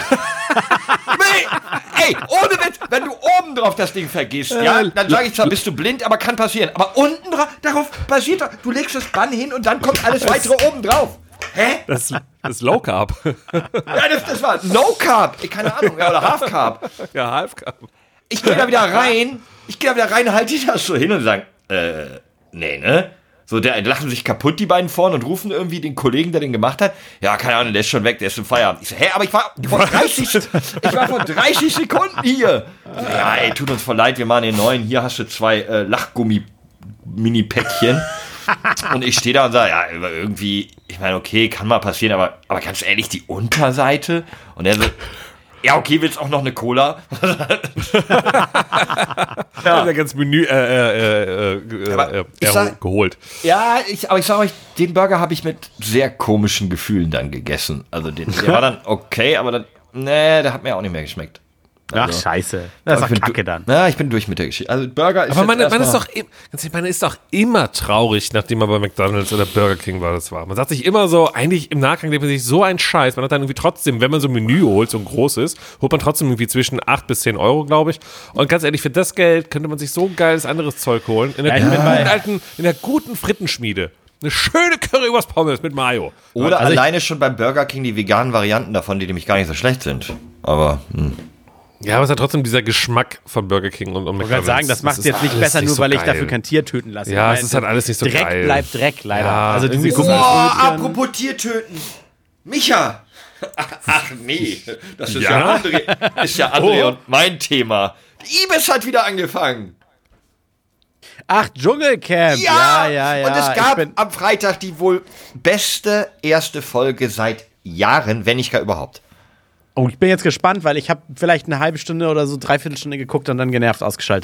Nee, ey, ohne Witz, wenn du oben drauf das Ding vergisst, ja, dann sage ich zwar, bist du blind, aber kann passieren. Aber unten drauf, darauf basiert doch, du legst das Bann hin und dann kommt alles weitere oben drauf. Hä? Das, das ist Low Carb. Ja, das, das war No Carb, ey, keine Ahnung, ja, oder Half Carb. Ja, Half Carb. Ich gehe da wieder rein, ich gehe da wieder rein, halte die das so hin und sagen, äh, nee, ne? So, der lachen sich kaputt, die beiden vorne, und rufen irgendwie den Kollegen, der den gemacht hat. Ja, keine Ahnung, der ist schon weg, der ist im Feierabend. Ich so, hä, aber ich war vor dreißig, ich war vor dreißig Sekunden hier. Ja, ey, tut uns voll leid, wir machen den neuen. Hier hast du zwei äh, Lachgummi-Mini-Päckchen. Und ich stehe da und sage, ja, irgendwie, ich meine, okay, kann mal passieren, aber, aber ganz ehrlich, die Unterseite? Und er so, ja, okay, willst auch noch eine Cola? Ja. Der ganze Menü äh, äh, äh, Aber äh, ich äh, sag- geholt. Ja, ich, aber ich sag euch, den Burger habe ich mit sehr komischen Gefühlen dann gegessen. Also den, der war dann okay, aber dann, nee, der hat mir auch nicht mehr geschmeckt. Ach, Also, scheiße. Das ich war bin Kacke du- dann. Ja, ich bin durch mit der Geschichte. Also Burger ist Aber man, jetzt man, ist erstmal- doch, im- ganz ehrlich, man ist doch immer traurig, nachdem man bei McDonald's oder Burger King war, das war. Man sagt sich immer so, eigentlich im Nachgang denkt man sich so ein Scheiß. Man hat dann irgendwie trotzdem, wenn man so ein Menü holt, so ein großes, holt man trotzdem irgendwie zwischen acht bis zehn Euro, glaube ich. Und ganz ehrlich, für das Geld könnte man sich so geiles anderes Zeug holen. In der, Ja, ich bin guten, bei- alten, in der guten Frittenschmiede. Eine schöne Currywurst Pommes mit Mayo. Oder Also ich- alleine schon beim Burger King die veganen Varianten davon, die nämlich gar nicht so schlecht sind. Aber, hm. Ja, aber es hat trotzdem dieser Geschmack von Burger King und, und Ich wollte sagen, das macht ist jetzt nicht alles besser, nur so weil ich geil. dafür kein Tier töten lasse. Ja, Ich es ist halt alles nicht so Dreck geil. bleibt Dreck, leider. Ja, also diese irgendwie so- Gummibärchen- Boah, apropos Tier töten. Micha. Ach, ach nee, das ist ja, Ja? André, ist ja André Oh. und mein Thema. Die Ibis hat wieder angefangen. Ach, Dschungelcamp. Ja, ja, ja. Und es Ich gab bin- am Freitag die wohl beste erste Folge seit Jahren, wenn nicht gar überhaupt. Oh, ich bin jetzt gespannt, weil ich habe vielleicht eine halbe Stunde oder so, dreiviertel Stunde geguckt und dann genervt ausgeschaltet.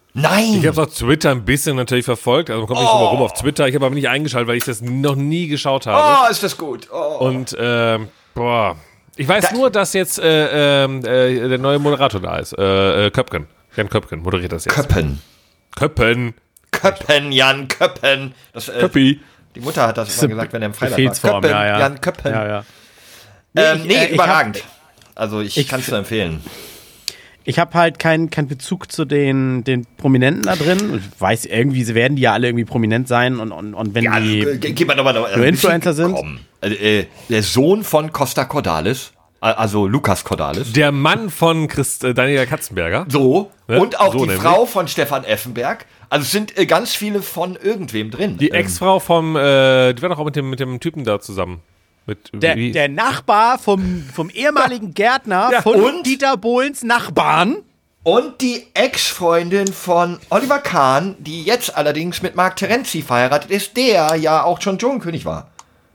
Nein! Ich habe es auf Twitter ein bisschen natürlich verfolgt, also man kommt nicht drum herum auf Twitter. Ich habe aber nicht eingeschaltet, weil ich das noch nie geschaut habe. Oh, ist das gut. Oh. Und, ähm, boah. Ich weiß da, nur, dass jetzt äh, äh, der neue Moderator da ist. Äh, äh, Köpken. Jan Köpken moderiert das jetzt. Köppen. Köppen. Köppen, Jan Köppen. Das, äh, Köppi. Die Mutter hat das immer gesagt, wenn er im Freitag war. Köppen, ja, ja. Jan Köppen. Ja, ja. Nee, ähm, nee ich, äh, überragend. Ich hab, also ich, ich kann es nur empfehlen. Ich habe halt keinen kein Bezug zu den, den Prominenten da drin. Ich weiß, irgendwie sie werden die ja alle irgendwie prominent sein und, und, und wenn ja, die geh mal noch mal, noch, nur Influencer sind. Äh, der Sohn von Costa Cordalis, also Lukas Cordalis. Der Mann von Christ, äh, Daniela Katzenberger. So. Ne? Und auch so die nämlich. Frau von Stefan Effenberg. Also es sind äh, ganz viele von irgendwem drin. Die Ex-Frau vom, äh, die war doch auch mit dem, mit dem Typen da zusammen. Mit, der, der Nachbar vom, vom ehemaligen Gärtner ja. von und? Dieter Bohlens Nachbarn. Und die Ex-Freundin von Oliver Kahn, die jetzt allerdings mit Marc Terenzi verheiratet ist, der ja auch schon Dschungelkönig war.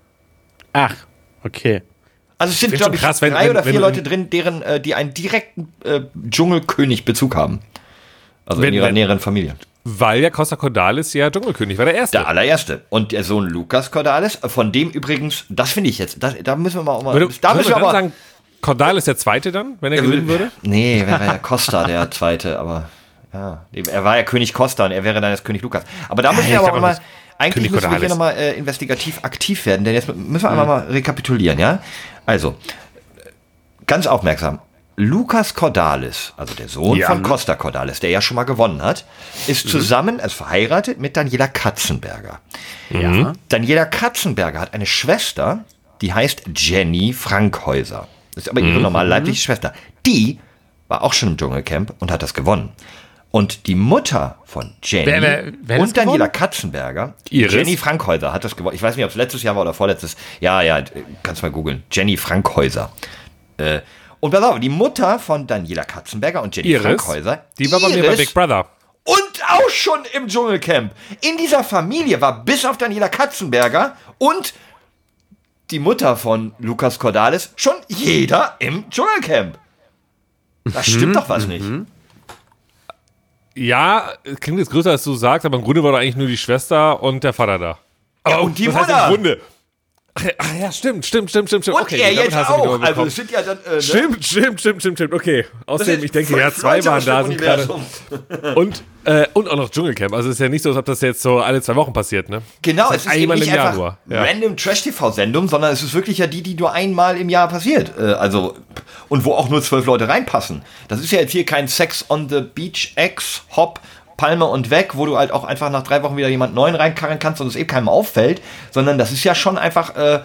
Ach, okay. Also es sind, glaube ich, krass, drei wenn, oder wenn, vier wenn, Leute drin, deren, äh, die einen direkten äh, Dschungelkönig-Bezug haben. Also wenn, in ihrer wenn, näheren Familie. Weil ja Costa Cordalis ja Dschungelkönig war, der Erste. Der allererste. Und der Sohn Lukas Cordalis, von dem übrigens, das finde ich jetzt, das, da müssen wir mal auch mal... Würde, da müssen wir aber sagen, Cordalis der Zweite dann, wenn er gewinnen würde? Nee, wäre ja Costa der Zweite, aber ja, er war ja König Costa und er wäre dann jetzt König Lukas. Aber da müssen wir aber auch mal, eigentlich König müssen wir hier Cordalis. nochmal äh, investigativ aktiv werden, denn jetzt müssen wir einmal mal rekapitulieren, ja? Also, ganz aufmerksam. Lukas Cordalis, also der Sohn ja. von Costa Cordalis, der ja schon mal gewonnen hat, ist zusammen, also verheiratet mit Daniela Katzenberger. Ja. Daniela Katzenberger hat eine Schwester, die heißt Jenny Frankhäuser. Das ist aber ihre mhm. normale leibliche Schwester. Die war auch schon im Dschungelcamp und hat das gewonnen. Und die Mutter von Jenny wer, wer, wer und Daniela gewonnen? Katzenberger, Iris? Jenny Frankhäuser hat das gewonnen. Ich weiß nicht, ob es letztes Jahr war oder vorletztes. Ja, ja, kannst mal googeln. Jenny Frankhäuser. Äh, und pass auf, die Mutter von Daniela Katzenberger und Jenny Iris, Frankhäuser, die war bei Iris, mir bei Big Brother. und auch schon im Dschungelcamp. In dieser Familie war bis auf Daniela Katzenberger und die Mutter von Lukas Cordalis schon jeder im Dschungelcamp. Das stimmt Mhm. doch was nicht. Ja, klingt jetzt größer, als du sagst, aber im Grunde war da eigentlich nur die Schwester und der Vater da. Ja, Aber und die was heißt Mutter. im Grunde? Ach ja, ach ja, stimmt, stimmt, stimmt, stimmt. stimmt. Und okay, er damit jetzt hast du mich auch. aber Also bekommen. es sind ja dann... Äh, ne? Stimmt, stimmt, stimmt, stimmt, stimmt. Okay. Außerdem, sind ich denke, ja, fünf zwei Leute waren aus da. dem Sind gerade, Universum. und, äh, und auch noch Dschungelcamp. Also es ist ja nicht so, als ob das jetzt so alle zwei Wochen passiert, ne? Genau, Das es ist eben einmal nicht im Jahr einfach nur. Ja. random Trash-T V-Sendung, sondern es ist wirklich ja die, die nur einmal im Jahr passiert. Äh, also, und wo auch nur zwölf Leute reinpassen. Das ist ja jetzt hier kein Sex on the Beach X, Hop, Palme und weg, wo du halt auch einfach nach drei Wochen wieder jemand Neuen reinkarren kannst und es eben keinem auffällt, sondern das ist ja schon einfach... Äh,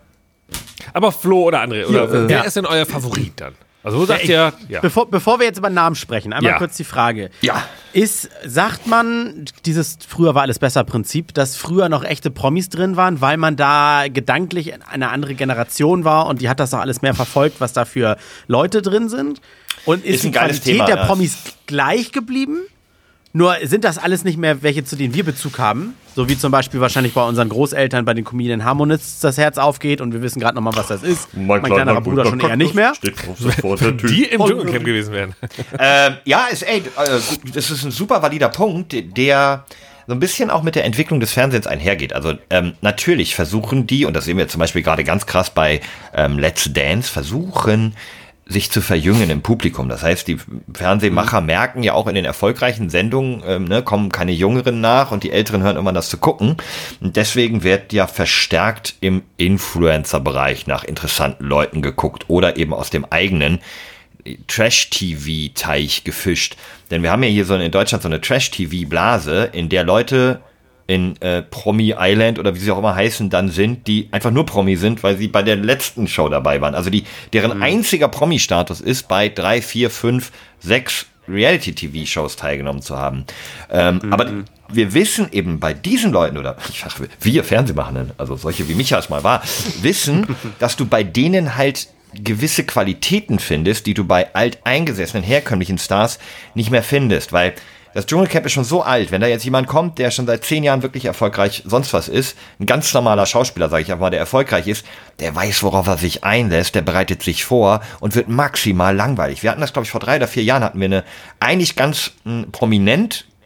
Aber Flo oder André, oder Ja, äh, wer ja. ist denn euer Favorit dann? Also wo sagt Ja, ihr, ja. Bevor, bevor wir jetzt über Namen sprechen, einmal Ja. kurz die Frage. Ja. Ist, sagt man, dieses früher war alles besser Prinzip, dass früher noch echte Promis drin waren, weil man da gedanklich eine andere Generation war und die hat das doch alles mehr verfolgt, was da für Leute drin sind? Und ist, Ist ein die geiles Qualität Thema, der ja. Promis gleich geblieben? Nur sind das alles nicht mehr welche, zu denen wir Bezug haben? So wie zum Beispiel wahrscheinlich bei unseren Großeltern, bei den Comedian Harmonists das Herz aufgeht und wir wissen gerade nochmal, was das ist. Mein, kleinerer Bruder schon eher nicht mehr. Die im Dschungelcamp gewesen wären. Ähm, ja, ist, ey, äh, das ist ein super valider Punkt, der so ein bisschen auch mit der Entwicklung des Fernsehens einhergeht. Also ähm, natürlich versuchen die, und das sehen wir zum Beispiel gerade ganz krass bei ähm, Let's Dance, versuchen sich zu verjüngen im Publikum. Das heißt, die Fernsehmacher mhm. merken ja auch in den erfolgreichen Sendungen, ähm, ne, kommen keine Jüngeren nach und die Älteren hören immer das zu gucken. Und deswegen wird ja verstärkt im Influencer-Bereich nach interessanten Leuten geguckt oder eben aus dem eigenen Trash-T V-Teich gefischt. Denn wir haben ja hier so eine, in Deutschland so eine Trash-T V-Blase, in der Leute in äh, Promi Island oder wie sie auch immer heißen, dann sind, die einfach nur Promi sind, weil sie bei der letzten Show dabei waren. Also die, deren mhm. einziger Promi-Status ist, bei drei, vier, fünf, sechs Reality-T V-Shows teilgenommen zu haben. Ähm, mhm. Aber wir wissen eben bei diesen Leuten, oder ich sag, wir Fernsehmachenden, also solche wie Micha es mal war, wissen, dass du bei denen halt gewisse Qualitäten findest, die du bei alteingesessenen, herkömmlichen Stars nicht mehr findest, weil das Dschungelcamp ist schon so alt, wenn da jetzt jemand kommt, der schon seit zehn Jahren wirklich erfolgreich sonst was ist, ein ganz normaler Schauspieler, sage ich einfach mal, der erfolgreich ist, der weiß, worauf er sich einlässt, der bereitet sich vor und wird maximal langweilig. Wir hatten das, glaube ich, vor drei oder vier Jahren hatten wir eine eigentlich ganz mh, prominent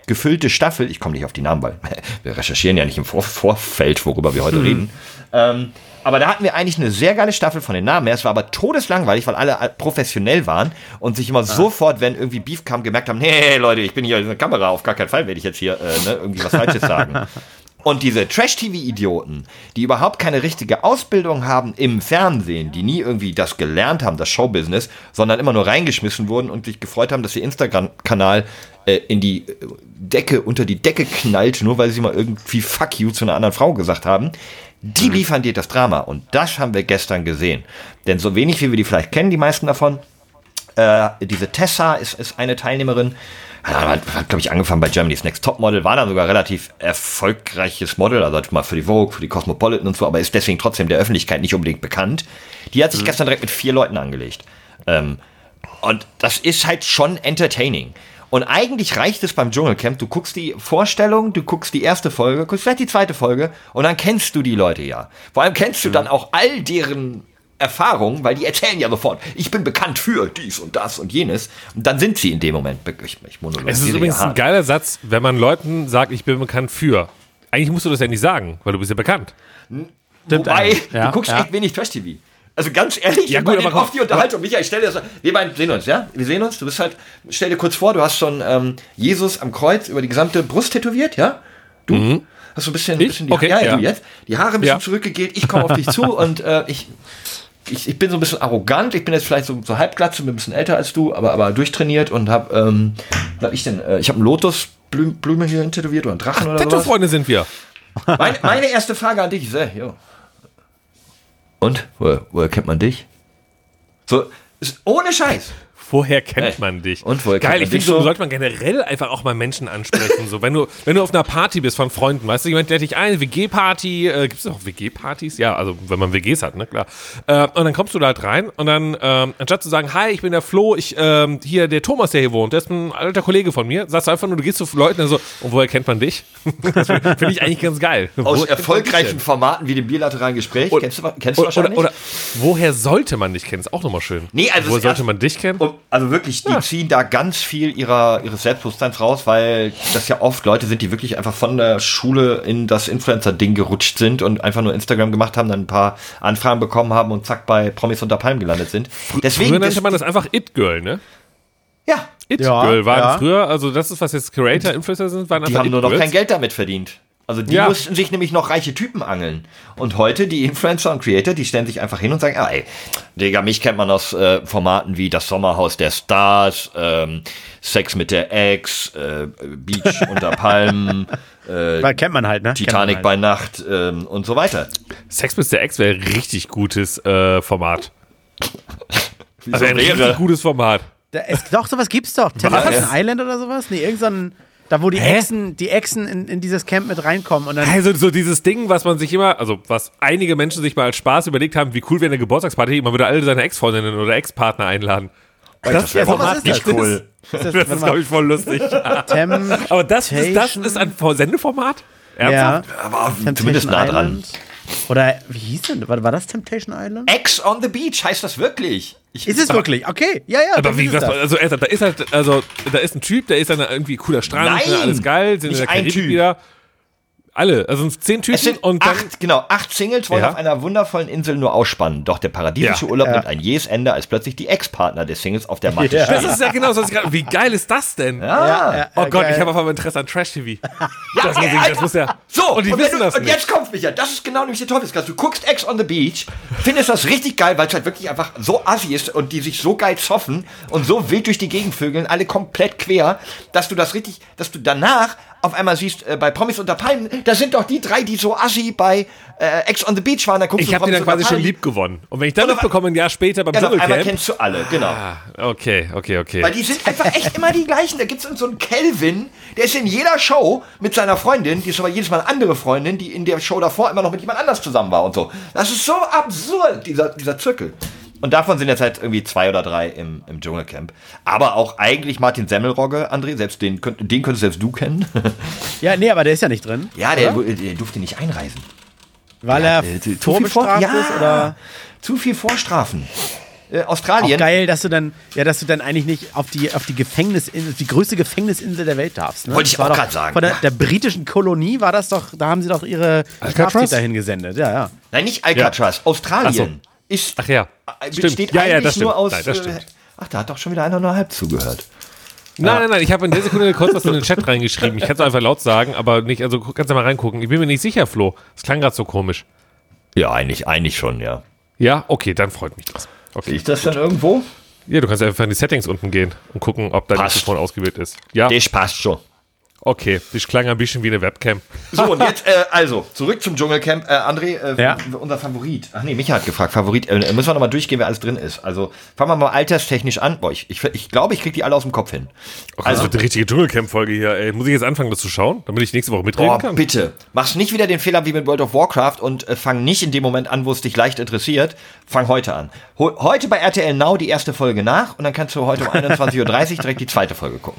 gefüllte Staffel, ich komme nicht auf die Namen, weil wir recherchieren ja nicht im Vor- Vorfeld, worüber wir heute mhm. reden. Ähm, aber da hatten wir eigentlich eine sehr geile Staffel von den Namen her. Es war aber todeslangweilig, weil alle professionell waren und sich immer ah. sofort, wenn irgendwie Beef kam, gemerkt haben, nee, Leute, ich bin hier in der Kamera, auf gar keinen Fall werde ich jetzt hier äh, ne, irgendwie was Falsches sagen. Und diese Trash-T V-Idioten, die überhaupt keine richtige Ausbildung haben im Fernsehen, die nie irgendwie das gelernt haben, das Showbusiness, sondern immer nur reingeschmissen wurden und sich gefreut haben, dass ihr Instagram-Kanal äh, in die Decke, unter die Decke knallt, nur weil sie mal irgendwie Fuck you zu einer anderen Frau gesagt haben, die liefern dir das Drama. Und das haben wir gestern gesehen. Denn so wenig, wie wir die vielleicht kennen, die meisten davon, äh, diese Tessa ist, ist eine Teilnehmerin, hat, hat glaube ich, angefangen bei Germany's Next Topmodel, war dann sogar relativ erfolgreiches Model, also hat mal für die Vogue, für die Cosmopolitan und so, aber ist deswegen trotzdem der Öffentlichkeit nicht unbedingt bekannt. Die hat sich mhm. gestern direkt mit vier Leuten angelegt. Ähm, und das ist halt schon entertaining. Und eigentlich reicht es beim Dschungelcamp, du guckst die Vorstellung, du guckst die erste Folge, guckst vielleicht die zweite Folge und dann kennst du die Leute ja. Vor allem kennst du dann auch all deren Erfahrungen, weil die erzählen ja sofort, ich bin bekannt für dies und das und jenes. Und dann sind sie in dem Moment. Ich, ich es ist übrigens ein geiler Satz, wenn man Leuten sagt, ich bin bekannt für. Eigentlich musst du das ja nicht sagen, weil du bist ja bekannt. Wobei, ja, du guckst ja. echt wenig Trash-T V. Also ganz ehrlich, ja, gut, aber oft die Unterhaltung. Michael, ich stell dir das, wir beiden sehen uns, ja? Wir sehen uns, du bist halt, stell dir kurz vor, du hast schon ähm, Jesus am Kreuz über die gesamte Brust tätowiert, ja? Du? Mhm. Hast so ein bisschen, ein bisschen die, okay, ja, ja. du jetzt, die Haare ein bisschen ja. zurückgegelt, ich komme auf dich zu und äh, ich, ich, ich bin so ein bisschen arrogant, ich bin jetzt vielleicht so, so halbglatze, bin ein bisschen älter als du, aber, aber durchtrainiert und hab, ähm, was hab ich denn, äh, ich habe einen Lotusblume hier tätowiert oder einen Drachen Ach, oder so. Tattoo-Freunde sind wir. Meine, meine erste Frage an dich ist, äh, jo. Und? Woher, woher kennt man dich? So, ist ohne Scheiß. Woher kennt hey. man dich? Und woher Geil, kennt man ich finde, so so sollte man generell einfach auch mal Menschen ansprechen. So, wenn du, wenn du auf einer Party bist von Freunden, weißt du, jemand lädt dich ein, W G-Party, äh, gibt es auch W G-Partys? Ja, also wenn man W Gs hat, ne, klar. Äh, und dann kommst du da halt rein und dann, ähm, anstatt zu sagen, hi, ich bin der Flo, ich, ähm, hier, der Thomas, der hier wohnt, der ist ein alter Kollege von mir, sagst du einfach nur, du gehst zu Leuten und so, und woher kennt man dich? Das finde find ich eigentlich ganz geil. Aus woher erfolgreichen Formaten wie dem bilateralen Gespräch, und, kennst du, kennst du oder, wahrscheinlich? Oder, oder woher sollte man dich kennen? Ist auch nochmal schön. Nee, also woher sollte man dich kennen? Also wirklich, die ja. ziehen da ganz viel ihrer, ihres Selbstbewusstseins raus, weil das ja oft Leute sind, die wirklich einfach von der Schule in das Influencer-Ding gerutscht sind und einfach nur Instagram gemacht haben, dann ein paar Anfragen bekommen haben und zack bei Promis unter Palmen gelandet sind. Deswegen früher nannte man das einfach It-Girl, ne? Ja. It-Girl ja, waren ja. früher, also das ist, was jetzt Creator, Influencer sind, waren einfach Die haben nur noch kein Geld damit verdient. Also die ja. mussten sich nämlich noch reiche Typen angeln. Und heute die Influencer und Creator, die stellen sich einfach hin und sagen, ah, ey, Digga, mich kennt man aus äh, Formaten wie das Sommerhaus der Stars, ähm, Sex mit der Ex, äh, Beach unter Palmen, äh, Weil kennt man halt, ne? Titanic halt. bei Nacht ähm, und so weiter. Sex mit der Ex wäre ein richtig gutes äh, Format. Also ein wäre? richtig gutes Format. Da, es, doch, sowas gibt's doch. Temptation Island oder sowas? Nee, irgend so ein... Da, wo die Hä? Exen, die Exen in, in dieses Camp mit reinkommen. Und dann also so dieses Ding, was man sich immer, also was einige Menschen sich mal als Spaß überlegt haben, wie cool wäre eine Geburtstagsparty, man würde alle seine Ex-Freundinnen oder Ex-Partner einladen. Das, das wäre Format nicht cool. Das, das, das ist, glaube ich, voll lustig. Aber das ist, das ist ein Sendeformat? Ernsthaft? Ja, aber zumindest nah dran. Island. Oder wie hieß denn? War, war das Temptation Island? Ex on the Beach heißt das wirklich. Ich, ist es aber, wirklich? Okay, ja, ja. Aber wie, was, also da ist halt, also da ist ein Typ, der ist dann irgendwie cooler Strand, Nein, alles geil, sind in der Karibik wieder. Alle, also zehn Typen es sind und dann, acht, genau, acht Singles wollen ja. auf einer wundervollen Insel nur ausspannen. Doch der paradiesische ja. Urlaub ja. nimmt ein jähes Ende, als plötzlich die Ex-Partner des Singles auf der Matte Ja. stehen. das ist ja genau so, was ich gerade, wie geil ist das denn? Ja. Ja, ja, Oh Gott, geil. ich habe auf einmal Interesse an Trash-T V. Ja, das, muss ich, das muss ja. So, und die und, wissen wenn du, das und nicht. jetzt kommt Micha, das ist genau nämlich der Teufelskreis. Du guckst Ex on the Beach, findest das richtig geil, weil es halt wirklich einfach so assi ist und die sich so geil zoffen und so wild durch die Gegend vögeln, alle komplett quer, dass du das richtig, dass du danach auf einmal siehst, äh, bei Promis unter Palmen, da sind doch die drei, die so assi bei äh, Ex on the Beach waren, da guckst Ich du habe die dann quasi schon lieb gewonnen. Und wenn ich dann mitbekomme, ein Jahr später beim Genau, einmal Dschungelcamp. kennst du alle, genau. Ah, okay, okay, okay. Weil die sind einfach echt immer die gleichen. Da gibt's so einen Kelvin, der ist in jeder Show mit seiner Freundin, die ist aber jedes Mal eine andere Freundin, die in der Show davor immer noch mit jemand anders zusammen war und so. Das ist so absurd, dieser, dieser Zirkel. Und davon sind jetzt halt irgendwie zwei oder drei im, im Dschungelcamp. Aber auch eigentlich Martin Semmelrogge, André, selbst den, den könntest selbst du kennen. Ja, nee, aber der ist ja nicht drin. Ja, der, der durfte nicht einreisen. Weil Ja, er äh, zu- zu viel vorbestraft Vor- ist? Ja. Oder? Zu viel Vorstrafen. Äh, Australien. Auch geil, dass du dann, ja, dass du dann eigentlich nicht auf die, auf die Gefängnisinsel, die größte Gefängnisinsel der Welt darfst. Ne? Wollte ich Das war auch doch gerade sagen. Von der, Ja. der britischen Kolonie war das doch, da haben sie doch ihre Straftäter hingesendet. Ja, ja. Nein, nicht Alcatraz. Australien Ach ist. Ach ja, äh, stimmt. Besteht Ja, eigentlich ja, das nur stimmt. aus. Nein, das äh, stimmt. Ach, da hat doch schon wieder einer nur halb zugehört. Nein, nein, nein, ich habe in der Sekunde kurz was in den Chat reingeschrieben. Ich kann es einfach laut sagen, aber nicht, also kannst du mal reingucken. Ich bin mir nicht sicher, Flo. Das klang gerade so komisch. Ja, eigentlich, eigentlich schon, ja. Ja, okay, dann freut mich das. Okay. Sehe ich das dann irgendwo? Ja, du kannst einfach in die Settings unten gehen und gucken, ob dein Passt. Mikrofon ausgewählt ist. Ja, Das passt schon. okay. Das klang ein bisschen wie eine Webcam. So, und jetzt, äh, also, zurück zum Dschungelcamp. Äh, André, äh, Ja. unser Favorit. Ach nee, Micha hat gefragt, Favorit. Äh, müssen wir nochmal durchgehen, wer alles drin ist. Also, fangen wir mal alterstechnisch an. Boah, ich, ich, ich glaube, ich kriege die alle aus dem Kopf hin. Ach, das wird eine richtige Dschungelcamp-Folge hier. Ey, muss ich jetzt anfangen, das zu schauen, damit ich nächste Woche mitreden Boah, kann? bitte. Machst nicht wieder den Fehler wie mit World of Warcraft und äh, fang nicht in dem Moment an, wo es dich leicht interessiert. Fang heute an. Ho- heute bei R T L Now die erste Folge nach und dann kannst du heute um einundzwanzig Uhr dreißig direkt die zweite Folge gucken.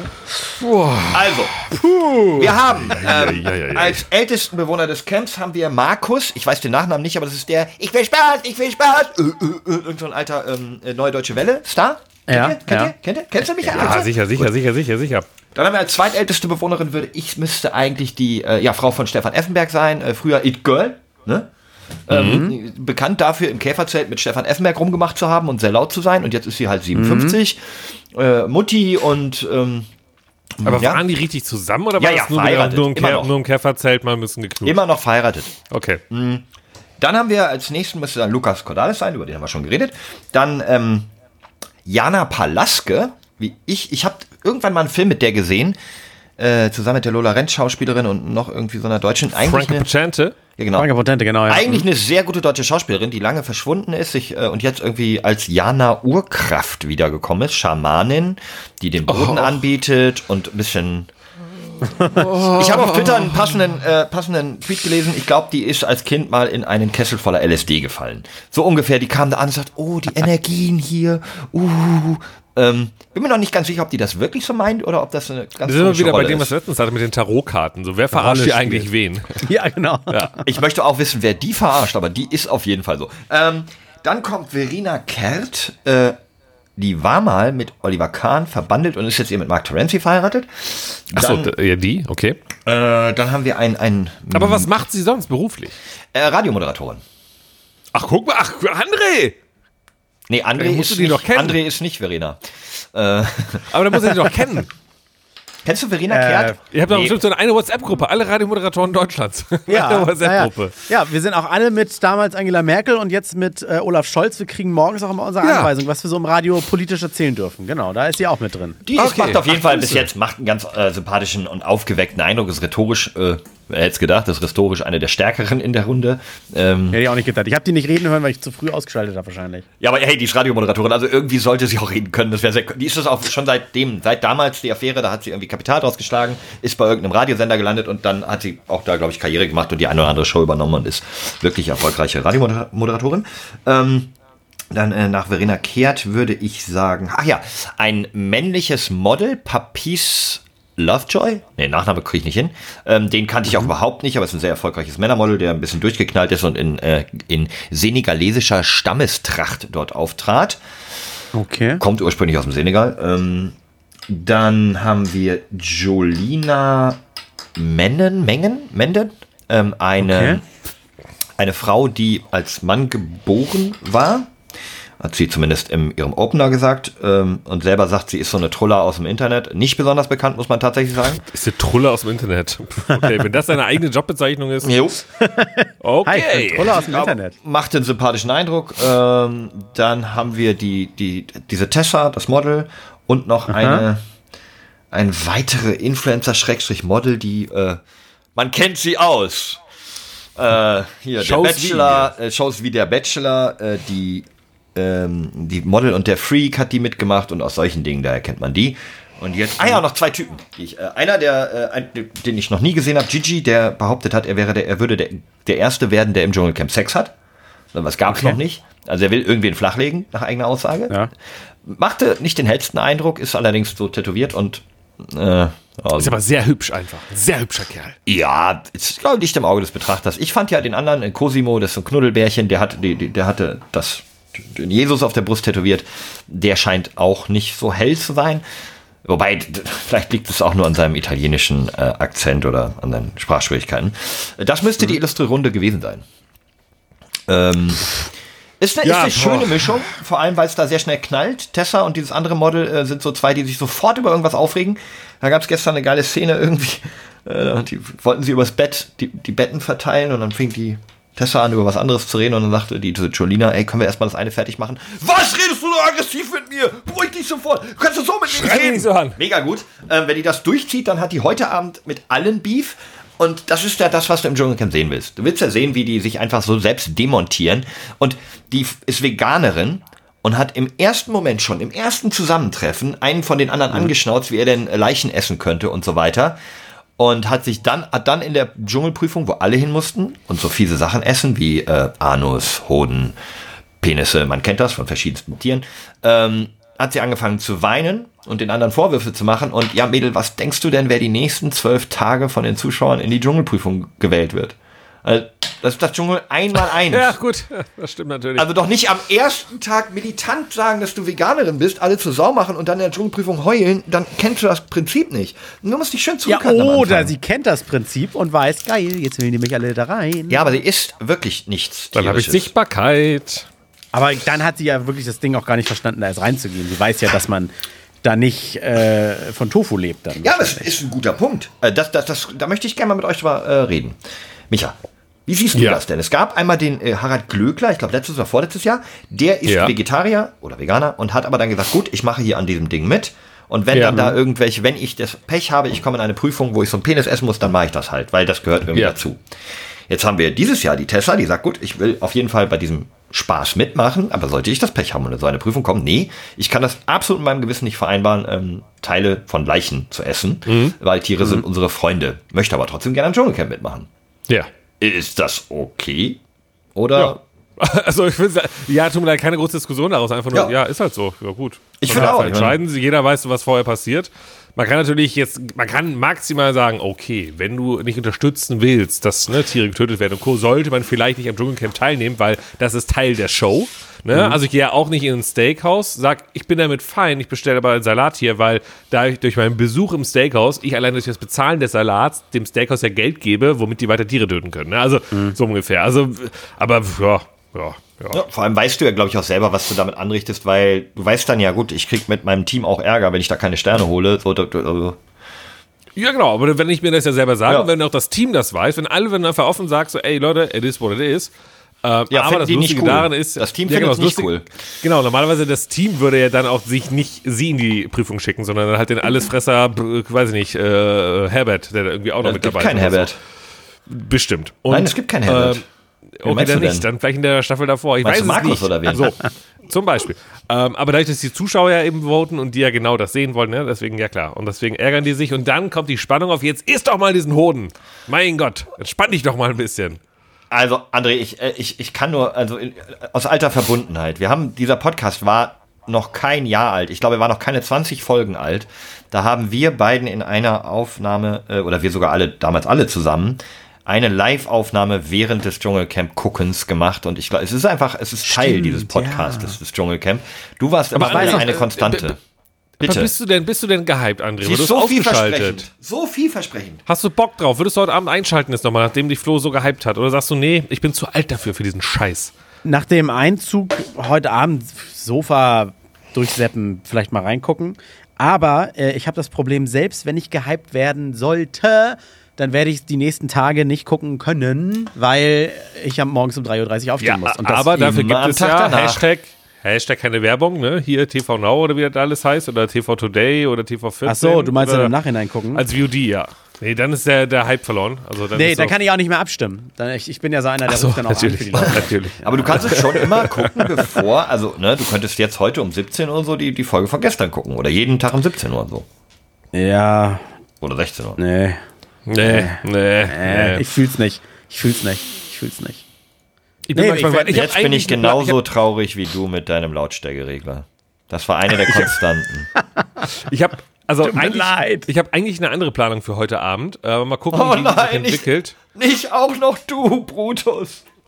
Also, wir haben ähm, ja, ja, ja. als ältesten Bewohner des Camps haben wir Markus. Ich weiß den Nachnamen nicht, aber das ist der Ich will Spaß, ich will Spaß. Äh, äh, äh, irgend so ein alter ähm, Neue Deutsche Welle Star. Kennt Ja, ihr? Kennt ja. ihr? Kennt ihr? Kennst du mich? Ja, sicher, sicher, sicher, sicher, sicher. Dann haben wir als zweitälteste Bewohnerin, würde ich, müsste eigentlich die äh, ja, Frau von Stefan Effenberg sein, äh, früher It Girl, ne? Ähm, bekannt dafür, im Käferzelt mit Stefan Effenberg rumgemacht zu haben und sehr laut zu sein. Und jetzt ist sie halt siebenundfünfzig, äh, Mutti und ähm, Aber ja, waren die richtig zusammen oder Ja, war ja, das nur, verheiratet, nur, im immer Ker- noch. nur im Käferzelt mal ein bisschen geknutscht? immer noch verheiratet. Okay. Dann haben wir als nächsten, müsste dann Lukas Cordalis sein, über den haben wir schon geredet. Dann ähm, Jana Palaske, wie ich, ich habe irgendwann mal einen Film mit der gesehen, äh, zusammen mit der Lola Rentsch, Schauspielerin und noch irgendwie so einer Deutschen. Eigentlich Franke eine, Pachante? ja, genau. Franke Potente, genau. Ja. Eigentlich eine sehr gute deutsche Schauspielerin, die lange verschwunden ist sich, äh, und jetzt irgendwie als Jana Urkraft wiedergekommen ist. Schamanin, die den Boden Oh. anbietet und ein bisschen... Ich habe auf Twitter einen passenden, äh, passenden Tweet gelesen. Ich glaube, die ist als Kind mal in einen Kessel voller L S D gefallen. So ungefähr. Die kam da an und sagt, oh, die Energien hier. Uh, ähm, bin mir noch nicht ganz sicher, ob die das wirklich so meint oder ob das eine ganz Da sind wir komische wieder bei Rolle dem, ist. was wir letztens hatten mit den Tarotkarten. So, wer verarscht Rolle hier eigentlich wen? Ja, genau. Ich möchte auch wissen, wer die verarscht, aber die ist auf jeden Fall so. Ähm, dann kommt Verena Kehrt, äh, die war mal mit Oliver Kahn verbandelt und ist jetzt eben mit Mark Terenzi verheiratet. Achso, Dann, ja, die, okay. äh, dann haben wir ein, ein Aber was macht sie sonst beruflich? äh, Radiomoderatorin. Ach, guck mal, ach, André! Nee, André, Ja, musst ist du die nicht, doch kennen. André ist nicht Verena. Äh, Aber da muss er die doch kennen. kennst du Verena Äh, Kehrt? Ihr habt doch Nee. bestimmt so eine WhatsApp-Gruppe, alle Radiomoderatoren Deutschlands. Ja, eine ja, WhatsApp-Gruppe. ja, wir sind auch alle mit damals Angela Merkel und jetzt mit äh, Olaf Scholz. Wir kriegen morgens auch immer unsere Ja. Anweisung, was wir so im Radio politisch erzählen dürfen. Genau, da ist sie auch mit drin. Die ist, Okay. macht auf jeden Ach, Fall Grüße. bis jetzt macht einen ganz äh, sympathischen und aufgeweckten Eindruck. Ist rhetorisch, äh, wer hätte es gedacht, ist rhetorisch eine der stärkeren in der Runde. Ähm, Hätte ich auch nicht gedacht. Ich habe die nicht reden hören, weil ich zu früh ausgeschaltet habe wahrscheinlich. Ja, aber hey, die ist Radiomoderatorin, also irgendwie sollte sie auch reden können. Das wäre sehr, die ist das auch schon seitdem, seit damals die Affäre, da hat sie irgendwie Kapital draus geschlagen, ist bei irgendeinem Radiosender gelandet und dann hat sie auch da, glaube ich, Karriere gemacht und die eine oder andere Show übernommen und ist wirklich erfolgreiche Radiomoderatorin. Ähm, dann äh, nach Verena Kehrt würde ich sagen, ach ja, ein männliches Model, Papis Lovejoy? Nee, Nachname kriege ich nicht hin. Ähm, den kannte ich auch überhaupt nicht, aber ist ein sehr erfolgreiches Männermodel, der ein bisschen durchgeknallt ist und in, äh, in senegalesischer Stammestracht dort auftrat. Okay. Kommt ursprünglich aus dem Senegal. Ähm, dann haben wir Jolina Mennen, Mengen, Menden, ähm, eine, Okay. eine Frau, die als Mann geboren war. Hat sie zumindest in ihrem Opener gesagt. Ähm, und selber sagt, sie ist so eine Truller aus dem Internet. Nicht besonders bekannt, muss man tatsächlich sagen. Ist der Truller aus dem Internet. Okay, wenn das deine eigene Jobbezeichnung ist. Jo. Okay. Hi, ich bin Troller aus dem Aber Internet. macht einen sympathischen Eindruck. Ähm, dann haben wir die, die, diese Tessa, das Model, und noch eine, eine weitere Influencer-Model, die, äh, man kennt sie aus. Äh, hier, Shows der Bachelor, äh, Shows wie der Bachelor, äh, die, ähm, die Model und der Freak hat die mitgemacht und aus solchen Dingen, daher kennt man die. Und jetzt, ah ja, noch zwei Typen. Die ich, äh, einer, der, äh, ein, den ich noch nie gesehen habe, Gigi, der behauptet hat, er wäre der, er würde der, der Erste werden, der im Dschungelcamp Sex hat. Was gab es Okay. noch nicht. Also er will irgendwen flachlegen, nach eigener Aussage. Ja. Machte nicht den hellsten Eindruck, ist allerdings so tätowiert und äh, also, Ist aber sehr hübsch einfach. Sehr hübscher Kerl. ja, ist glaube ich nicht im Auge des Betrachters. Ich fand ja den anderen, äh, Cosimo, das ist so ein Knuddelbärchen, der hatte, die, die, der hatte das, den Jesus auf der Brust tätowiert. Der scheint auch nicht so hell zu sein. Wobei, vielleicht liegt es auch nur an seinem italienischen äh, Akzent oder an seinen Sprachschwierigkeiten. Das müsste mhm. die illustre Runde gewesen sein. Ähm, ist eine, ja, ist eine schöne Mischung, vor allem, weil es da sehr schnell knallt. Tessa und dieses andere Model äh, sind so zwei, die sich sofort über irgendwas aufregen. Da gab es gestern eine geile Szene irgendwie. Äh, die wollten sie übers Bett, die, die Betten verteilen und dann fing die Tessa an, über was anderes zu reden und dann sagte die Jolina, ey, können wir erstmal das eine fertig machen? Was redest du so aggressiv mit mir? Beruhig dich sofort. Du kannst du so mit mir reden. Nicht so an. Mega gut. Ähm, wenn die das durchzieht, dann hat die heute Abend mit allen Beef. Und das ist ja das, was du im Dschungelcamp sehen willst. Du willst ja sehen, wie die sich einfach so selbst demontieren. Und die ist Veganerin und hat im ersten Moment schon, im ersten Zusammentreffen, einen von den anderen mhm. angeschnauzt, wie er denn Leichen essen könnte und so weiter. Und hat sich dann, hat dann in der Dschungelprüfung, wo alle hin mussten und so fiese Sachen essen, wie äh, Anus, Hoden, Penisse, man kennt das von verschiedensten Tieren, ähm, hat sie angefangen zu weinen und den anderen Vorwürfe zu machen. Und ja, Mädel, was denkst du denn, wer die nächsten zwölf Tage von den Zuschauern in die Dschungelprüfung gewählt wird? Also, das ist das Dschungel einmal eins. Ja, gut, das stimmt natürlich. Also doch nicht am ersten Tag militant sagen, dass du Veganerin bist, alle zur Sau machen und dann in der Dschungelprüfung heulen, dann kennst du das Prinzip nicht. Du musst dich schön zurückhalten. Ja, oder sie kennt das Prinzip und weiß, geil, jetzt will die mich alle da rein. Ja, aber sie ist wirklich nichts Dann habe ich Sichtbarkeit. Aber dann hat sie ja wirklich das Ding auch gar nicht verstanden, da jetzt reinzugehen. Sie weiß ja, dass man da nicht äh, von Tofu lebt. Dann ja, aber das ist ein guter Punkt. Das, das, das, da möchte ich gerne mal mit euch drüber äh, reden. Micha, wie siehst du ja. das denn? Es gab einmal den äh, Harald Glöckler, ich glaube letztes oder vorletztes Jahr, der ist ja. Vegetarier oder Veganer und hat aber dann gesagt, gut, ich mache hier an diesem Ding mit. Und wenn ja. dann da irgendwelche, wenn ich das Pech habe, ich komme in eine Prüfung, wo ich so einen Penis essen muss, dann mache ich das halt, weil das gehört irgendwie ja. dazu. Jetzt haben wir dieses Jahr die Tessa, die sagt, gut, ich will auf jeden Fall bei diesem Spaß mitmachen, aber sollte ich das Pech haben und in so eine Prüfung kommen? Nee, ich kann das absolut in meinem Gewissen nicht vereinbaren, ähm, Teile von Leichen zu essen, mhm. weil Tiere mhm. sind unsere Freunde. Möchte aber trotzdem gerne am Dschungelcamp mitmachen. Ja. Ist das okay? Oder? Ja. Also ich finde, ja, tut mir leid, keine große Diskussion daraus. Einfach nur, ja, ja ist halt so. Ja, gut. Ich finde auch. Entscheiden Sie, jeder weiß, was vorher passiert. Man kann natürlich jetzt, man kann maximal sagen, okay, wenn du nicht unterstützen willst, dass ne, Tiere getötet werden und Co., sollte man vielleicht nicht am Dschungelcamp teilnehmen, weil das ist Teil der Show. Ne? Mhm. Also ich gehe ja auch nicht in ein Steakhouse, sag, ich bin damit fein, ich bestelle aber einen Salat hier, weil da ich durch meinen Besuch im Steakhouse, ich allein durch das Bezahlen des Salats dem Steakhouse ja Geld gebe, womit die weiter Tiere töten können. Ne? Also mhm. so ungefähr. Also, aber ja, ja. Ja. Ja, vor allem weißt du ja, glaube ich, auch selber, was du damit anrichtest, weil du weißt dann ja, gut, ich krieg mit meinem Team auch Ärger, wenn ich da keine Sterne hole. So, also. Ja, genau, aber wenn ich mir das ja selber sage, ja. und wenn auch das Team das weiß, wenn alle, wenn du einfach offen sagst, so, ey Leute, it is what it is. Äh, ja, aber das Lustige cool. daran ist, das Team ja, findet genau, es nicht lustig, cool. Genau, normalerweise das Team würde ja dann auch sich nicht sie in die Prüfung schicken, sondern dann halt den Allesfresser, weiß ich nicht, äh, Herbert, der da irgendwie auch noch es mit dabei ist. Es gibt keinen Herbert. So. Bestimmt. Und, Nein, es gibt keinen Herbert. Äh, Okay, dann nicht, dann vielleicht in der Staffel davor. Ich Meinst weiß du Markus es nicht. oder wen? So, zum Beispiel. Ähm, aber dadurch, dass die Zuschauer ja eben voten und die ja genau das sehen wollen, ne? Deswegen, ja klar. Und deswegen ärgern die sich und dann kommt die Spannung auf, jetzt isst doch mal diesen Hoden. Mein Gott, entspann dich doch mal ein bisschen. Also, André, ich, ich, ich kann nur, also aus alter Verbundenheit, wir haben, dieser Podcast war noch kein Jahr alt. Ich glaube, er war noch keine zwanzig Folgen alt. Da haben wir beiden in einer Aufnahme, äh, oder wir sogar alle, damals alle zusammen, eine Live-Aufnahme während des Dschungelcamp-Guckens gemacht und ich glaube, es ist einfach, es ist Teil Stimmt, dieses Podcasts, ja. des Dschungelcamp. Du warst immer eine, eine Konstante. Bitte. Aber bist du denn, bist du denn gehypt, André? Sie ist so vielversprechend. So vielversprechend. Hast du Bock drauf? Würdest du heute Abend einschalten jetzt nochmal, nachdem dich Flo so gehypt hat? Oder sagst du, nee, ich bin zu alt dafür, für diesen Scheiß? Nach dem Einzug heute Abend Sofa durchseppen, vielleicht mal reingucken. Aber äh, ich habe das Problem, selbst wenn ich gehypt werden sollte, dann werde ich die nächsten Tage nicht gucken können, weil ich ja morgens um drei Uhr dreißig aufstehen ja, muss. Und aber dafür gibt es ja danach. Hashtag, Hashtag keine Werbung, ne? Hier T V Now oder wie das alles heißt, oder T V Today oder T V vierzehn. Ach so, du meinst ja im Nachhinein gucken? Als V O D, ja. Nee, dann ist der, der Hype verloren. Also dann nee, ist dann kann ich auch nicht mehr abstimmen. Dann, ich, ich bin ja so einer, der so, ruft dann auch natürlich, an für die Leute. Natürlich. Aber du kannst es schon immer gucken, bevor, also ne, du könntest jetzt heute um siebzehn Uhr so die, die Folge von gestern gucken oder jeden Tag um siebzehn Uhr so. Ja. Oder sechzehn Uhr. Nee. Nee, nee, nee. nee. Ich fühl's nicht. Ich fühl's nicht. Ich fühl's nicht. Ich bin nee, manchmal, ich, jetzt bin ich genauso ich traurig wie du mit deinem Lautstärkeregler. Das war eine der Konstanten. Ich habe also Tut mir eigentlich, leid. ich habe eigentlich eine andere Planung für heute Abend. Äh, mal gucken, oh wie nein, die sich entwickelt. Nicht, nicht auch noch du, Brutus.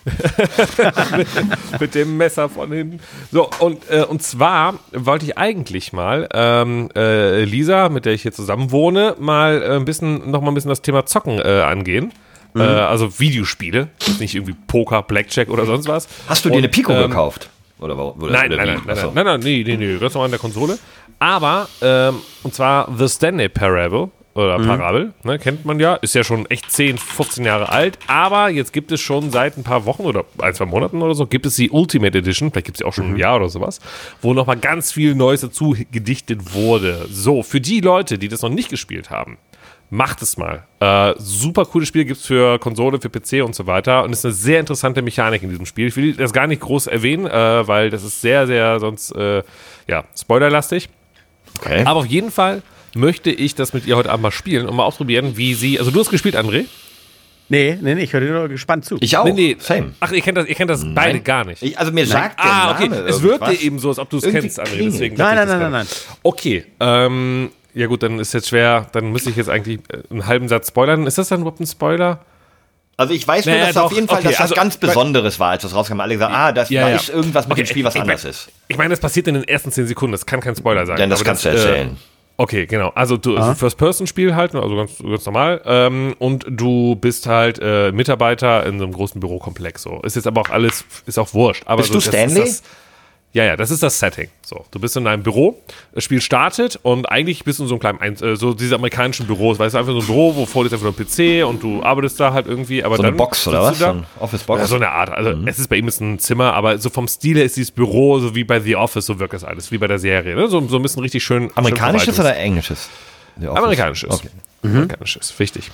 mit, mit dem Messer von hinten. So, und, äh, und zwar wollte ich eigentlich mal ähm, äh, Lisa, mit der ich hier zusammen wohne, mal äh, ein bisschen, noch mal ein bisschen das Thema Zocken äh, angehen. Mhm. Äh, also Videospiele, nicht irgendwie Poker, Blackjack oder sonst was. Hast du dir und, eine Pico ähm, gekauft? Oder, oder nein, nein, nein, nein, nein, nein, nein, nee, nee, nee, ganz normal in der Konsole. Aber, ähm, und zwar The Stanley Parable, oder mhm. Parabel, ne, kennt man ja, ist ja schon echt zehn, fünfzehn Jahre alt, aber jetzt gibt es schon seit ein paar Wochen oder ein, zwei Monaten oder so, gibt es die Ultimate Edition, vielleicht gibt es sie auch schon mhm. ein Jahr oder sowas, wo nochmal ganz viel Neues dazu gedichtet wurde. So, für die Leute, die das noch nicht gespielt haben, macht es mal. Äh, super cooles Spiel gibt es für Konsole, für P C und so weiter. Und es ist eine sehr interessante Mechanik in diesem Spiel. Ich will das gar nicht groß erwähnen, äh, weil das ist sehr, sehr sonst äh, ja, spoilerlastig. Okay. Aber auf jeden Fall möchte ich das mit ihr heute Abend mal spielen und mal ausprobieren, wie sie. Also, du hast gespielt, André? Nee, nee, nee, ich höre dir nur gespannt zu. Ich auch. Nee, nee. Same. Ach, ihr kennt das, ihr kennt das beide gar nicht. Ich, also, mir sagt der Ah, okay. Name Es wirkt dir eben so, als ob du es kennst, André. Deswegen nein, nein, nein, nein, nein. Okay, ähm. Ja gut, dann ist jetzt schwer, dann müsste ich jetzt eigentlich einen halben Satz spoilern. Ist das dann überhaupt ein Spoiler? Also ich weiß nur, naja, dass doch, auf jeden Fall okay, dass das also, ganz Besonderes war, als das rauskam. Alle gesagt, ah, das, ja, da ja. ist irgendwas mit okay, dem Spiel, was ich, anders ich, ist. Ich meine, das passiert in den ersten zehn Sekunden, das kann kein Spoiler sein. Denn das kannst das, du erzählen. Äh, okay, genau. Also du ah. First-Person-Spiel halt, also ganz, ganz normal. Ähm, und du bist halt äh, Mitarbeiter in so einem großen Bürokomplex. So. Ist jetzt aber auch alles, ist auch wurscht. Aber bist so, du Stanley? Das, Ja, ja, das ist das Setting. So, du bist in einem Büro, das Spiel startet und eigentlich bist du in so einem kleinen, äh, so diese amerikanischen Büros, weißt du, einfach so ein Büro, wo vor dir ist einfach nur ein P C und du arbeitest da halt irgendwie. Aber so dann eine Box oder was? So eine Office-Box? Ja, so eine Art. Also mhm. es ist bei ihm ist ein Zimmer, aber so vom Stil her ist dieses Büro so wie bei The Office, so wirkt das alles, wie bei der Serie. Ne? So, so ein bisschen richtig schön. Amerikanisches oder englisches? Amerikanisches. Okay. Mhm. Amerikanisches, wichtig.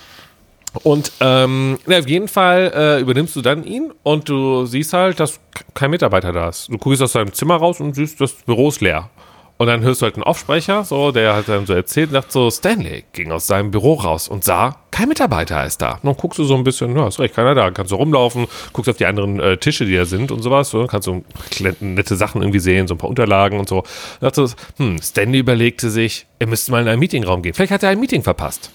Und ähm, ja, auf jeden Fall äh, übernimmst du dann ihn und du siehst halt, dass kein Mitarbeiter da ist. Du guckst aus deinem Zimmer raus und siehst, das Büro ist leer. Und dann hörst du halt einen Aufsprecher, so, der hat dann so erzählt und sagt so, Stanley ging aus seinem Büro raus und sah, kein Mitarbeiter ist da. Und dann guckst du so ein bisschen, ja, ist recht, keiner da. Kannst du rumlaufen, guckst auf die anderen äh, Tische, die da sind und sowas. So, kannst du nette Sachen irgendwie sehen, so ein paar Unterlagen und so. Und dachte so, hm, Stanley überlegte sich, er müsste mal in einen Meetingraum gehen. Vielleicht hat er ein Meeting verpasst.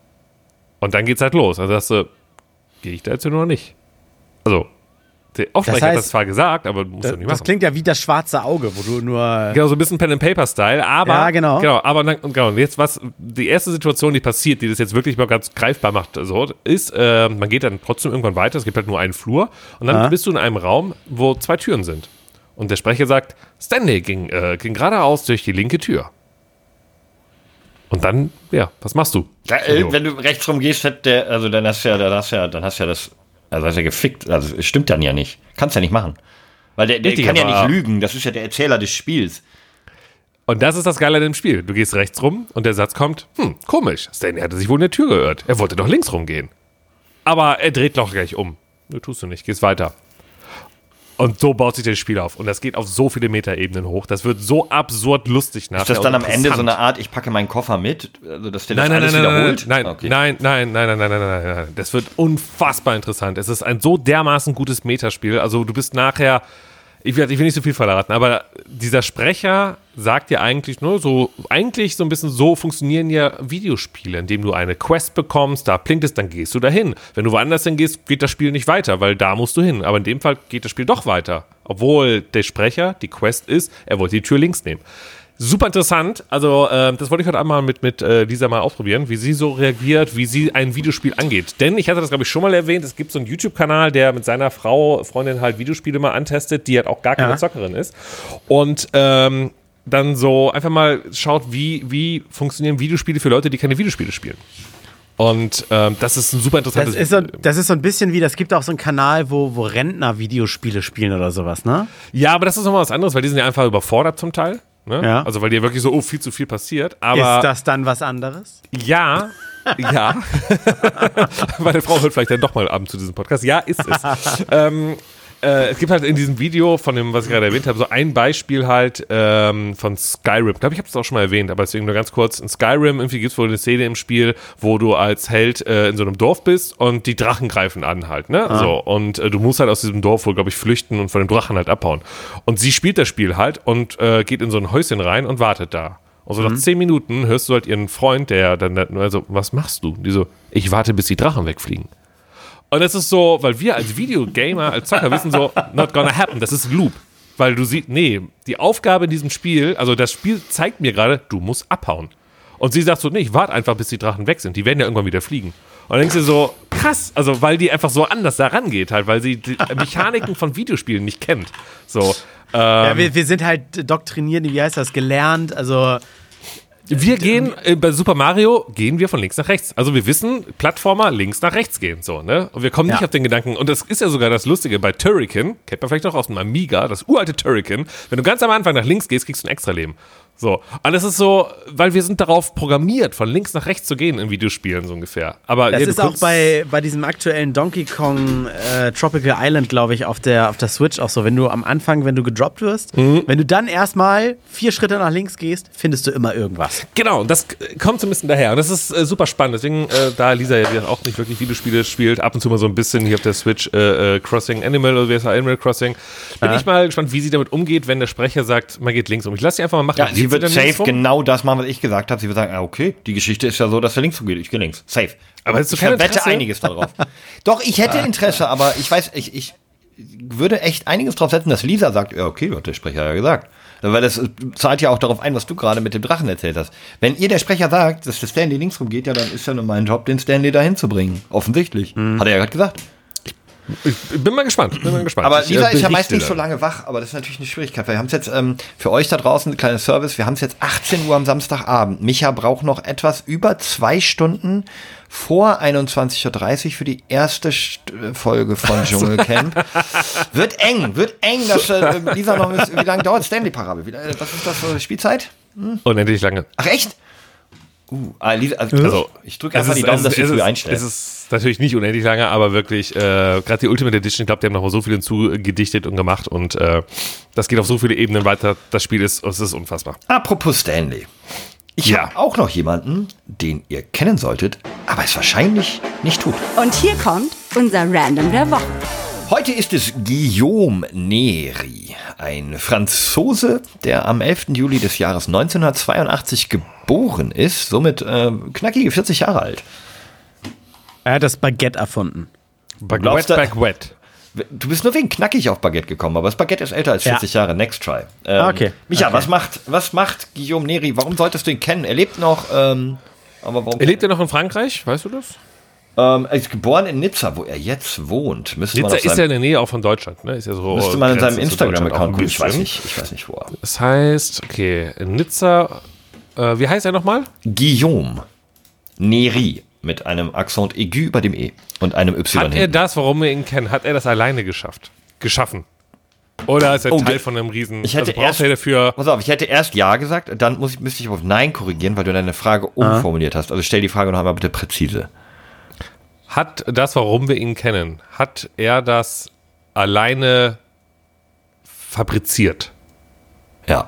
Und dann geht's halt los. Also sagst du, gehe ich da jetzt nur noch nicht? Also, der Aufsprecher das heißt, hat das zwar gesagt, aber du musst das, ja nicht machen. Das klingt ja wie das schwarze Auge, wo du nur... Genau, so ein bisschen Pen-and-Paper-Style, aber... Ja, genau. Genau, aber dann, genau, jetzt was, die erste Situation, die passiert, die das jetzt wirklich mal ganz greifbar macht, so, ist, äh, man geht dann trotzdem irgendwann weiter, es gibt halt nur einen Flur und dann ah. bist du in einem Raum, wo zwei Türen sind. Und der Sprecher sagt, Stanley ging, äh, ging geradeaus durch die linke Tür. Und dann, ja, was machst du? Ja, äh, wenn du rechts rum gehst, hat der, also dann hast du ja, dann hast du ja, dann hast du ja das, also hast du ja gefickt, also es stimmt dann ja nicht. Kannst ja nicht machen. Weil der, der kann ja nicht lügen, das ist ja der Erzähler des Spiels. Und das ist das Geile an dem Spiel. Du gehst rechts rum und der Satz kommt, hm, komisch, Stanley hatte sich wohl in der Tür geirrt. Er wollte doch links rumgehen. Aber er dreht doch gleich um. Du tust du nicht, gehst weiter. Und so baut sich das Spiel auf. Und das geht auf so viele Metaebenen hoch. Das wird so absurd lustig nachher. Ist das dann am Ende so eine Art, ich packe meinen Koffer mit, also dass der das nein, alles nein, nein, wiederholt? Nein, okay. nein, nein, nein, nein, nein, nein, nein, nein, nein. Das wird unfassbar interessant. Es ist ein so dermaßen gutes Metaspiel. Also du bist nachher, ich will, ich will nicht so viel verraten, aber dieser Sprecher sagt dir eigentlich nur so, eigentlich so ein bisschen so funktionieren ja Videospiele, indem du eine Quest bekommst, da blinkt es, dann gehst du dahin. Wenn du woanders hingehst, geht das Spiel nicht weiter, weil da musst du hin. Aber in dem Fall geht das Spiel doch weiter. Obwohl der Sprecher, die Quest ist, er wollte die Tür links nehmen. Super interessant. Also, äh, das wollte ich heute einmal mit, mit äh, Lisa mal ausprobieren, wie sie so reagiert, wie sie ein Videospiel angeht. Denn ich hatte das, glaube ich, schon mal erwähnt, es gibt so einen YouTube-Kanal, der mit seiner Frau, Freundin halt Videospiele mal antestet, die halt auch gar keine ja. Zockerin ist. Und ähm, dann so einfach mal schaut, wie, wie funktionieren Videospiele für Leute, die keine Videospiele spielen. Und ähm, das ist ein super interessantes... Das ist, so, das ist so ein bisschen wie, das gibt auch so einen Kanal, wo, wo Rentner Videospiele spielen oder sowas, ne? Ja, aber das ist nochmal was anderes, weil die sind ja einfach überfordert zum Teil. Ne? Ja. Also weil dir wirklich so, oh, viel zu viel passiert. Aber ist das dann was anderes? Ja, ja. Meine Frau hört vielleicht dann doch mal abends zu diesem Podcast. Ja, ist es. ähm, äh, es gibt halt in diesem Video von dem, was ich gerade erwähnt habe, so ein Beispiel halt ähm, von Skyrim. Ich glaube, ich habe es auch schon mal erwähnt, aber deswegen nur ganz kurz. In Skyrim irgendwie gibt es wohl eine Szene im Spiel, wo du als Held äh, in so einem Dorf bist und die Drachen greifen an halt, ne? Ah. So, und äh, du musst halt aus diesem Dorf wohl, glaube ich, flüchten und von dem Drachen halt abhauen. Und sie spielt das Spiel halt und äh, geht in so ein Häuschen rein und wartet da. Und so mhm. nach zehn Minuten hörst du halt ihren Freund, der dann, also, was machst du? Die so, ich warte, bis die Drachen wegfliegen. Und das ist so, weil wir als Videogamer, als Zocker wissen so, not gonna happen, das ist Loop. Weil du siehst, nee, die Aufgabe in diesem Spiel, also das Spiel zeigt mir gerade, du musst abhauen. Und sie sagt so, nee, ich warte einfach, bis die Drachen weg sind, die werden ja irgendwann wieder fliegen. Und dann denkst du so, krass, also weil die einfach so anders da rangeht halt, weil sie die Mechaniken von Videospielen nicht kennt. So, ähm, ja, wir, wir sind halt doktriniert, wie heißt das, gelernt, also wir gehen, äh, bei Super Mario gehen wir von links nach rechts. Also wir wissen, Plattformer links nach rechts gehen, so, ne? Und wir kommen nicht ja. auf den Gedanken, und das ist ja sogar das Lustige, bei Turrican, kennt man vielleicht noch aus dem Amiga, das uralte Turrican, wenn du ganz am Anfang nach links gehst, kriegst du ein Extra-Leben. So, und das ist so, weil wir sind darauf programmiert, von links nach rechts zu gehen in Videospielen, so ungefähr. Aber das ja, ist auch bei, bei diesem aktuellen Donkey Kong äh, Tropical Island, glaube ich, auf der, auf der Switch auch so. Wenn du am Anfang, wenn du gedroppt wirst, mhm. wenn du dann erstmal vier Schritte nach links gehst, findest du immer irgendwas. Genau, das kommt so ein bisschen daher. Und das ist äh, super spannend. Deswegen, äh, da Lisa ja auch nicht wirklich Videospiele spielt, ab und zu mal so ein bisschen hier auf der Switch äh, äh, Crossing Animal oder wie heißt das, Animal Crossing, bin ja. ich mal gespannt, wie sie damit umgeht, wenn der Sprecher sagt, man geht links um. Ich lasse sie einfach mal machen. Ja, sie wird safe genau das machen, was ich gesagt habe. Sie wird sagen, ah, okay, die Geschichte ist ja so, dass er links umgeht. Ich gehe links. Safe. Aber hast du ich kein wette Interesse? einiges darauf. Doch, ich hätte Interesse, aber ich weiß, ich, ich würde echt einiges drauf setzen, dass Lisa sagt, ja, okay, hat der Sprecher ja gesagt. Weil das zahlt ja auch darauf ein, was du gerade mit dem Drachen erzählt hast. Wenn ihr der Sprecher sagt, dass der Stanley links rumgeht, ja, dann ist ja nur mein Job, den Stanley dahin zu bringen. Offensichtlich. Mhm. Hat er ja gerade gesagt. Ich bin mal gespannt. Bin mal gespannt. Aber ich, Lisa äh, ist ja meist dann. nicht so lange wach, aber das ist natürlich eine Schwierigkeit. Wir haben es jetzt ähm, für euch da draußen, ein kleines Service, wir haben es jetzt achtzehn Uhr am Samstagabend. Micha braucht noch etwas über zwei Stunden vor einundzwanzig Uhr dreißig für die erste St- Folge von Dschungelcamp. Wird eng, wird eng. Dass, äh, Lisa noch, wie lange dauert Stanley-Parabel? Was ist das für Spielzeit? Hm? Unendlich lange. Ach echt? Uh, ah, Lisa, also, also ich drücke einfach die Daumen, dass sie früh einstellen. Es ist natürlich nicht unendlich lange, aber wirklich, äh, gerade die Ultimate Edition, ich glaube, die haben noch mal so viel hinzugedichtet und gemacht und äh, das geht auf so viele Ebenen weiter. Das Spiel ist, es ist unfassbar. Apropos Stanley. Ich ja. habe auch noch jemanden, den ihr kennen solltet, aber es wahrscheinlich nicht tut. Und hier kommt unser Random der Woche. Heute ist es Guillaume Neri, ein Franzose, der am elften Juli des Jahres neunzehnhundertzweiundachtzig geboren ist, somit äh, knackige vierzig Jahre alt. Er hat das Baguette erfunden. Baguette, Baguette. Du bist nur wegen knackig auf Baguette gekommen, aber das Baguette ist älter als vierzig ja. Jahre. Next try. Ähm, okay. Micha, okay. was macht, was macht Guillaume Neri? Warum solltest du ihn kennen? Er lebt noch, ähm, aber warum? Er lebt ja noch in Frankreich, weißt du das? Ähm, er ist geboren in Nizza, wo er jetzt wohnt. Müsste Nizza man ist ja in der Nähe auch von Deutschland, ne? Ist ja so. Müsste man in seinem Instagram-Account gucken. Ich weiß nicht, ich weiß nicht wo. Das heißt, okay, in Nizza, äh, wie heißt er nochmal? Guillaume Neri. Mit einem Akzent aigu über dem E und einem Y Hat er hinten. das, warum wir ihn kennen, hat er das alleine geschafft? Geschaffen? Oder ist er Oh, Teil ge- von einem riesen... Ich hätte also braucht erst, er dafür... pass auf, ich hätte erst Ja gesagt, dann muss ich, müsste ich auf Nein korrigieren, weil du deine Frage umformuliert hast. Also stell die Frage noch einmal bitte präzise. Hat das, warum wir ihn kennen, hat er das alleine fabriziert? Ja.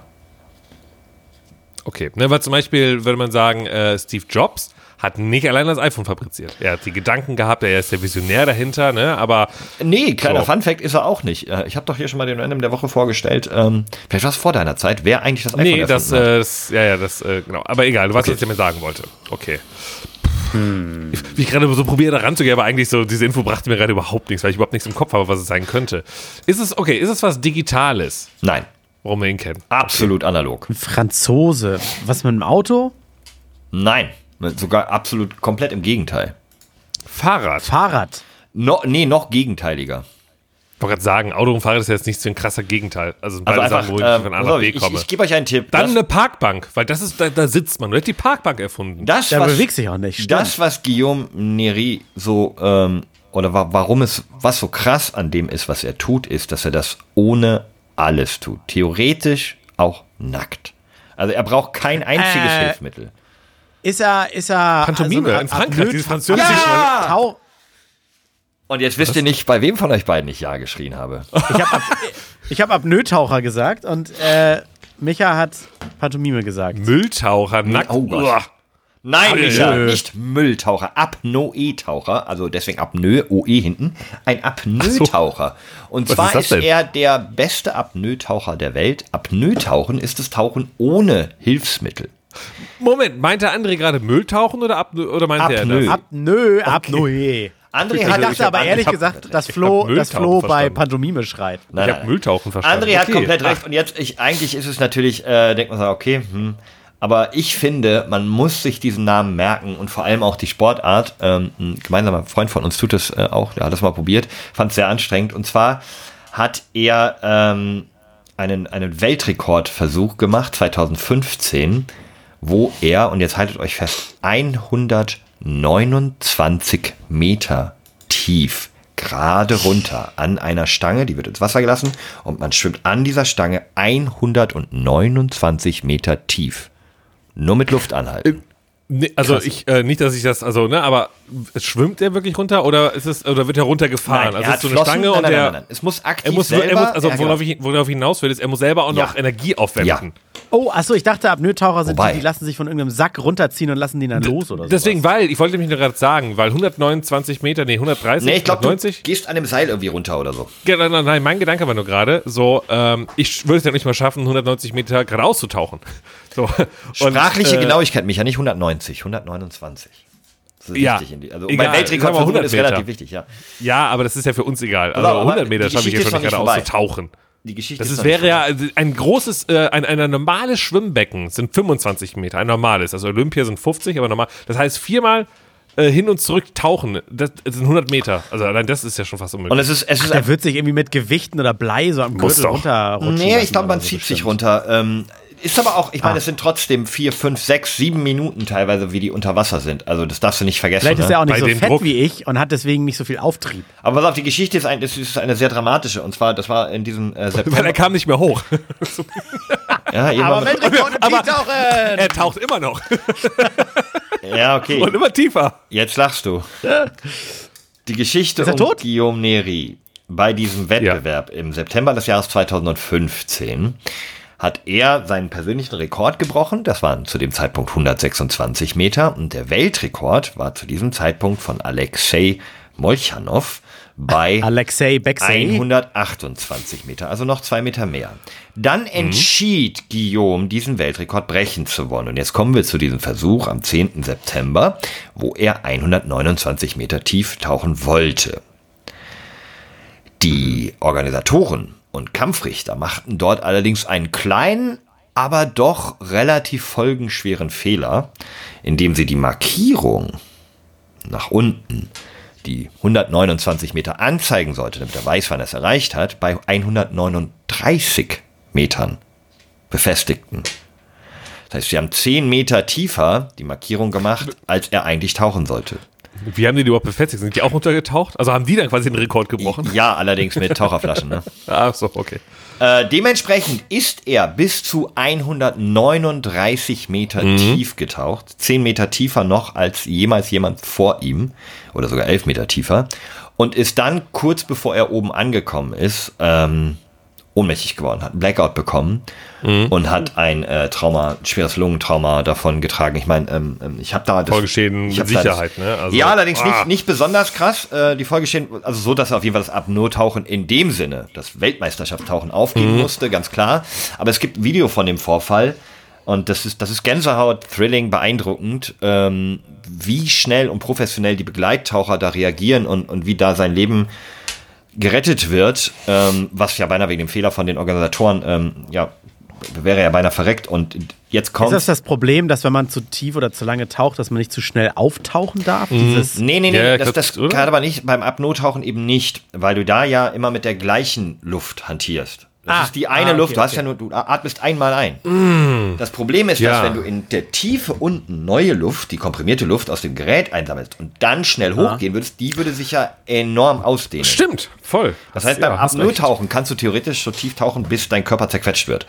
Okay, ne, weil zum Beispiel würde man sagen, äh, Steve Jobs hat nicht alleine das iPhone fabriziert. Er hat die Gedanken gehabt, er ist der Visionär dahinter, ne, aber... Nee, kleiner so. Funfact ist er auch nicht. Ich habe doch hier schon mal den Random der Woche vorgestellt. Ähm, vielleicht war es vor deiner Zeit, wer eigentlich das iPhone Nee, das, erfunden hat. äh, das, ja, ja, das, äh, genau. Aber egal, du weißt, Okay. was ich damit sagen wollte. Okay. Hm. Wie ich gerade so probiere, da ranzugehen, aber eigentlich so, diese Info brachte mir gerade überhaupt nichts, weil ich überhaupt nichts im Kopf habe, was es sein könnte. Ist es, okay, ist es was Digitales, Nein, warum wir ihn kennen? absolut analog. Ein Franzose. Was mit dem Auto? Nein, sogar absolut komplett im Gegenteil. Fahrrad. Fahrrad. No, nee, noch gegenteiliger. Ich wollte gerade sagen, Auto und Fahrrad ist ja jetzt nicht so ein krasser Gegenteil. Also Also beide einfach, Sachen, wo ich ähm, von A pass nach auf, B ich, komme. ich, ich gebe euch einen Tipp. Dann das, eine Parkbank, weil das ist, da, da sitzt man. Du hättest die Parkbank erfunden. das, Der was, bewegt sich auch nicht. Stimmt. das, was Guillaume Neri so, ähm, oder wa- warum es, was so krass an dem ist, was er tut, ist, dass er das ohne alles tut. Theoretisch auch nackt. Also er braucht kein einziges Äh, Hilfsmittel. Ist er, ist er. Pantomime also, in Frankreich, Apnoe- dieses französische. Ja! Tau- Und jetzt wisst ihr nicht, bei wem von euch beiden ich Ja geschrien habe. Ich habe ab, ich hab Apnoe-Taucher gesagt und äh, Micha hat Pantomime gesagt. Mülltaucher, nackt. Oh Gott. Uah. Nein, Nö. Micha, nicht Mülltaucher, Apnoe-Taucher, also deswegen Apnoe, O E hinten, ein Apnoe-Taucher. Und Was zwar ist das ist, denn? er der beste Apnoe-Taucher der Welt. Apnoe-Tauchen ist das Tauchen ohne Hilfsmittel. Moment, meinte André gerade Mülltauchen oder, Apnoe, oder meinte Apnoe. er das? Apnoe, Apnoe. André Ich hat, dachte aber ehrlich gesagt, dass Flo, dass Flo bei Pantomime schreit. Nein, ich habe Mülltauchen verstanden. André hat okay. komplett recht. Und jetzt, ich, eigentlich ist es natürlich, äh, denkt man so, okay, hm. Aber ich finde, man muss sich diesen Namen merken und vor allem auch die Sportart. Ähm, ein gemeinsamer Freund von uns tut das äh, auch, der hat das mal probiert, fand es sehr anstrengend. Und zwar hat er ähm, einen, einen Weltrekordversuch gemacht, zweitausendfünfzehn, wo er, und jetzt haltet euch fest, hundertneunundzwanzig Meter tief gerade runter an einer Stange, die wird ins Wasser gelassen und man schwimmt an dieser Stange hundertneunundzwanzig Meter tief. Nur mit Luft anhalten. Nee, also Krass. ich, äh, nicht, dass ich das, also, ne, aber schwimmt der wirklich runter oder ist es, oder wird er runtergefahren? Nein, also er ist so eine Flossen, Stange nein, und nein, der, nein, nein. Es muss aktiv er muss, selber, er muss also ja, worauf, genau. ich, worauf ich hinaus will, ist, er muss selber auch Ja. noch Energie aufwenden. Ja. Oh, achso, ich dachte, Apnoe-Taucher sind Wobei. die, die lassen sich von irgendeinem Sack runterziehen und lassen den dann los oder so. Deswegen, weil, ich wollte mich nur gerade sagen, weil hundertneunundzwanzig Meter, nee, hundertdreißig, Nee, ich glaube, du hundertneunzig. gehst an dem Seil irgendwie runter oder so. Ja, nein, nein, nein, mein Gedanke war nur gerade, so, ähm, ich würde es ja nicht mal schaffen, hundertneunzig Meter geradeaus zu tauchen. So. Sprachliche und, äh, Genauigkeit, Micha, nicht hundertneunzig, hundertneunundzwanzig. Das ist Ja, wichtig. In die, also egal, bei Weltrekordversuchen hundert ist Meter. relativ wichtig, ja. Ja, aber das ist ja für uns egal. Also Aber hundert Meter die schaffe ich Geschichte ja schon ist nicht noch geradeaus nicht zu tauchen. Die Geschichte Das ist ist, noch nicht wäre ja vorbei. ein großes, äh, ein, ein normales Schwimmbecken sind fünfundzwanzig Meter, ein normales. Also Olympia sind fünfzig, aber normal. Das heißt, viermal äh, hin und zurück tauchen, das, das sind hundert Meter. Also allein das ist ja schon fast unmöglich. Und es ist, es ist Der wird sich irgendwie mit Gewichten oder Blei so am Muss Gürtel doch. runterrutschen. Nee, lassen ich glaube, man oder so zieht bestimmt. sich runter. Ähm, ist aber auch, ich meine, Ah. es sind trotzdem vier, fünf, sechs, sieben Minuten teilweise, wie die unter Wasser sind. Also das darfst du nicht vergessen. Vielleicht ist ne? er auch nicht Bei so dem fett Druck. wie ich und hat deswegen nicht so viel Auftrieb. Aber pass auf, die Geschichte ist, ein, das ist eine sehr dramatische. Und zwar, das war in diesem äh, September. Weil er kam nicht mehr hoch. ja, irgendwann- Aber Weltrekord im Aber- Tauchen! Er taucht immer noch. ja, okay. Und immer tiefer. Jetzt lachst du. Die Geschichte Ist er um tot? Guillaume Neri bei diesem Wettbewerb im September des Jahres zweitausendfünfzehn hat er seinen persönlichen Rekord gebrochen. Das waren zu dem Zeitpunkt hundertsechsundzwanzig Meter. Und der Weltrekord war zu diesem Zeitpunkt von Alexei Molchanov bei Alexei Bexey. hundertachtundzwanzig Meter, also noch zwei Meter mehr. Dann entschied Guillaume, diesen Weltrekord brechen zu wollen. Und jetzt kommen wir zu diesem Versuch am zehnten September, wo er hundertneunundzwanzig Meter tief tauchen wollte. Die Organisatoren und Kampfrichter machten dort allerdings einen kleinen, aber doch relativ folgenschweren Fehler, indem sie die Markierung nach unten, die hundertneunundzwanzig Meter anzeigen sollte, damit er weiß, wann er es erreicht hat, bei hundertneununddreißig Metern befestigten. Das heißt, sie haben zehn Meter tiefer die Markierung gemacht, als er eigentlich tauchen sollte. Wie haben die die überhaupt befestigt? Sind die auch runtergetaucht? Also haben die dann quasi den Rekord gebrochen? Ja, allerdings mit Taucherflaschen. Ne? Ach so, okay. Äh, dementsprechend ist er bis zu hundertneununddreißig Meter Mhm. tief getaucht. zehn Meter tiefer noch als jemals jemand vor ihm. Oder sogar elf Meter tiefer. Und ist dann, kurz bevor er oben angekommen ist, ähm, ohnmächtig geworden, hat einen Blackout bekommen Mhm. und hat ein äh, Trauma, ein schweres Lungentrauma davon getragen. Ich meine, ähm, ähm, ich habe da... Das, Folgeschäden ich mit hab da Sicherheit, das, ne? Also, ja, allerdings ah. nicht, nicht besonders krass. Äh, die Folgeschäden, also so, dass er auf jeden Fall das Apnoe-Tauchen in dem Sinne, das Weltmeisterschaftstauchen aufgeben Mhm. musste, ganz klar. Aber es gibt ein Video von dem Vorfall und das ist, das ist Gänsehaut, Thrilling, beeindruckend, ähm, wie schnell und professionell die Begleittaucher da reagieren und, und wie da sein Leben gerettet wird, ähm, was ja beinahe wegen dem Fehler von den Organisatoren, ähm, ja, wäre ja beinahe verreckt und jetzt kommt... Ist das das Problem, dass wenn man zu tief oder zu lange taucht, dass man nicht zu schnell auftauchen darf? Dieses Nee, nee, nee, Ja, das, das- das oder? kann aber nicht, beim Apnoe-Tauchen eben nicht, weil du da ja immer mit der gleichen Luft hantierst. Das Ah, ist die eine ah, okay, Luft, du hast okay. ja nur, du atmest einmal ein. Das Problem ist, Ja. dass wenn du in der Tiefe unten neue Luft, die komprimierte Luft aus dem Gerät einsammelst und dann schnell hochgehen würdest, die würde sich ja enorm ausdehnen. Stimmt, voll. Das heißt, Ja, beim hast recht. Apnoe-Tauchen kannst du theoretisch so tief tauchen, bis dein Körper zerquetscht wird.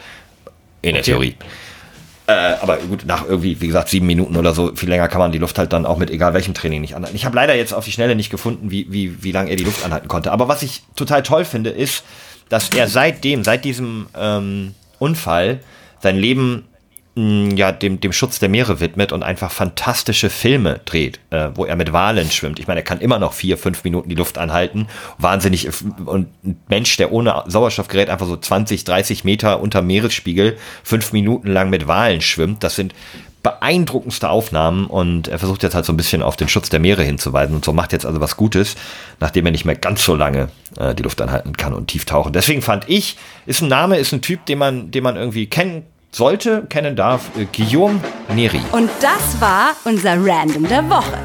In der Theorie. Äh, aber gut, nach irgendwie, wie gesagt, sieben Minuten oder so, viel länger kann man die Luft halt dann auch mit egal welchem Training nicht anhalten. Ich habe leider jetzt auf die Schnelle nicht gefunden, wie, wie, wie lange er die Luft anhalten konnte. Aber was ich total toll finde, ist, dass er seitdem, seit diesem ähm, Unfall, sein Leben mh, ja, dem, dem Schutz der Meere widmet und einfach fantastische Filme dreht, äh, wo er mit Walen schwimmt. Ich meine, er kann immer noch vier, fünf Minuten die Luft anhalten. Wahnsinnig. Und ein Mensch, der ohne Sauerstoffgerät einfach so zwanzig, dreißig Meter unter Meeresspiegel fünf Minuten lang mit Walen schwimmt, das sind beeindruckendste Aufnahmen und er versucht jetzt halt so ein bisschen auf den Schutz der Meere hinzuweisen und so macht jetzt also was Gutes, nachdem er nicht mehr ganz so lange äh, die Luft anhalten kann und tief tauchen. Deswegen fand ich, ist ein Name, ist ein Typ, den man, den man irgendwie kennen sollte, kennen darf, äh, Guillaume Néry. Und das war unser Random der Woche.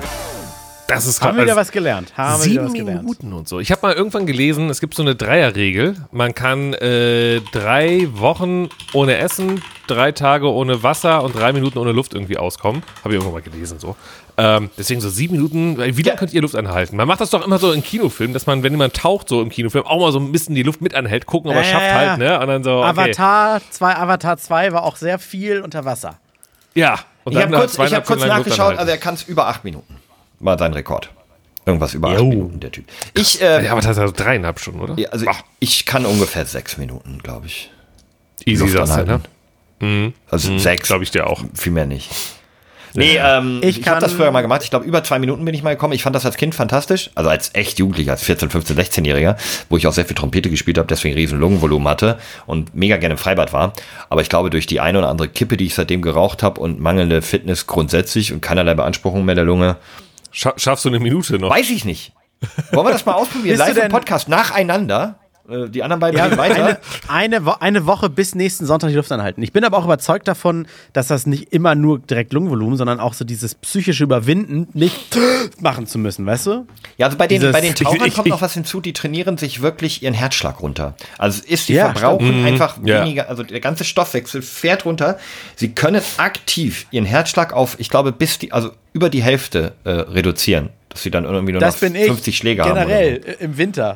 Das ist Haben wir wieder was gelernt. Haben wir wieder was Sieben gelernt. Minuten und so. Ich habe mal irgendwann gelesen, es gibt so eine Dreierregel. Man kann äh, drei Wochen ohne Essen, drei Tage ohne Wasser und drei Minuten ohne Luft irgendwie auskommen. Habe ich irgendwann mal gelesen so. Ähm, deswegen so sieben Minuten. Wie lange könnt ihr Luft anhalten? Man macht das doch immer so in Kinofilmen, dass man, wenn jemand taucht so im Kinofilm, auch mal so ein bisschen die Luft mit anhält, gucken, ob er es Äh, schafft halt, ne? Und dann so, okay. Avatar zwei, Avatar zwei war auch sehr viel unter Wasser. Ja. Und Ich habe dann kurz, ich hab kurz Stunden lang Luft nachgeschaut, anhalten. also er kann es über acht Minuten. War sein Rekord. Irgendwas über acht Jo. Minuten, der Typ. Ich, äh, Ja, aber das ist also dreieinhalb Stunden, oder? ja, also Ach, ich kann ungefähr sechs Minuten, glaube ich. easy Luft sagst du, ne? anhalten. Also sechs. Glaube ich dir auch. Viel mehr nicht. Nee, ähm, Ich ich, habe kann- das früher mal gemacht. Ich glaube, über zwei Minuten bin ich mal gekommen. Ich fand das als Kind fantastisch. Also als echt Jugendlicher, als vierzehn, fünfzehn, sechzehnjähriger, wo ich auch sehr viel Trompete gespielt habe, deswegen riesen Lungenvolumen hatte und mega gerne im Freibad war. Aber ich glaube, durch die eine oder andere Kippe, die ich seitdem geraucht habe und mangelnde Fitness grundsätzlich und keinerlei Beanspruchung mehr der Lunge, Scha schaffst du eine Minute noch? weiß ich nicht. Wollen wir das mal ausprobieren? Bist du Live im denn- Podcast nacheinander. Äh, Die anderen beiden Ja, gehen weiter. eine, eine, Wo- eine Woche bis nächsten Sonntag die Luft anhalten. Ich bin aber auch überzeugt davon, dass das nicht immer nur direkt Lungenvolumen, sondern auch so dieses psychische Überwinden, nicht machen zu müssen, weißt du? Ja, also bei den, Dieses- bei den Tauchern ich- ich- kommt ich- noch was hinzu, die trainieren sich wirklich ihren Herzschlag runter. Also ist, die Ja, verbrauchen einfach Ja. weniger, also der ganze Stoffwechsel fährt runter. Sie können aktiv ihren Herzschlag auf, ich glaube, bis die, also über die Hälfte äh, reduzieren. Dass sie dann irgendwie nur Das noch bin ich. fünfzig Schläge haben. Generell äh, im Winter.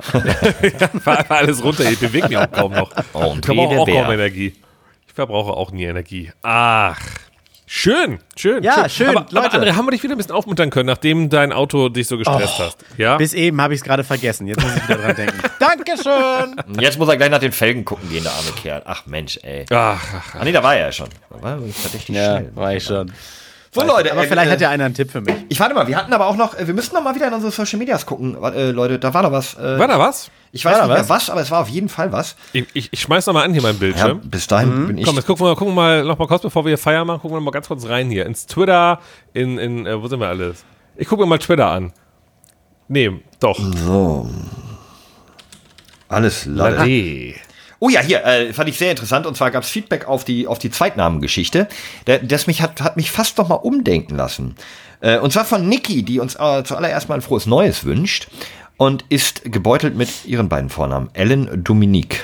Fahr einfach alles runter, ich bewege mich auch kaum noch. Und Ich verbrauche auch Bär. kaum Energie. Ich verbrauche auch nie Energie. Ach, schön, schön. Ja, schön, Aber, aber Leute. André, haben wir dich wieder ein bisschen aufmuntern können, nachdem dein Auto dich so gestresst Oh, hast? Ja? Bis eben habe ich es gerade vergessen. Jetzt muss ich wieder dran denken. Dankeschön. Und jetzt muss er gleich nach den Felgen gucken gehen, der arme Kerl. Ach Mensch, ey. Ach, ach, Ah nee, da war er ja schon. Da war er verdächtig Ja, schnell. war ich schon. So Leute, Aber ey, vielleicht äh, hat ja einer einen Tipp für mich. ich warte mal, wir hatten aber auch noch, äh, wir müssen noch mal wieder in unsere Social Medias gucken, äh, Leute, da war noch was. Äh, war da was? ich weiß war da nicht mehr was? was, aber es war auf jeden Fall was. Ich, ich, ich schmeiß noch mal an hier meinen Ja, Bildschirm. bis dahin bin ich. Komm, jetzt gucken wir, gucken wir mal noch mal kurz, bevor wir hier Feier machen, gucken wir mal ganz kurz rein hier. Ins Twitter, in, in äh, wo sind wir alles? Ich gucke mir mal Twitter an. Nee, doch. So. Alles Leute. Lade. Oh ja, hier, äh, fand ich sehr interessant. Und zwar gab es Feedback auf die, auf die Zweitnamengeschichte. Der, das mich hat, hat mich fast noch mal umdenken lassen. Äh, und zwar von Niki, die uns äh, zuallererst mal ein frohes Neues wünscht. Und ist gebeutelt mit ihren beiden Vornamen. Ellen Dominique.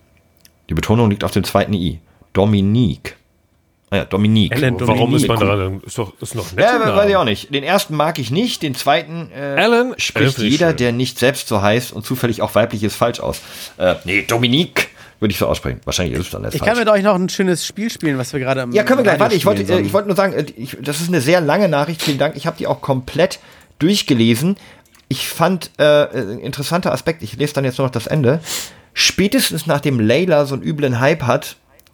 Die Betonung liegt auf dem zweiten I. Dominique. Ah ja, Dominique. Ellen Warum ist man Dominique. dran? Ist doch, ist noch nett. Ja, weiß ich auch nicht. Den ersten mag ich nicht, den zweiten äh, Alan? Alan spricht finde ich jeder, schön. der nicht selbst so heißt und zufällig auch weiblich ist, falsch aus. Äh, nee, Dominique würde ich so aussprechen. Wahrscheinlich ist es dann erst Ich falsch. kann mit euch noch ein schönes Spiel spielen, was wir gerade im Ja, können wir gleich. Radio Warte, ich wollte, spielen äh, ich wollte nur sagen, äh, ich, das ist eine sehr lange Nachricht. Vielen Dank. Ich habe die auch komplett durchgelesen. Ich fand äh, ein interessanter Aspekt. Ich lese dann jetzt nur noch das Ende. Spätestens nachdem Layla so einen üblen Hype hat,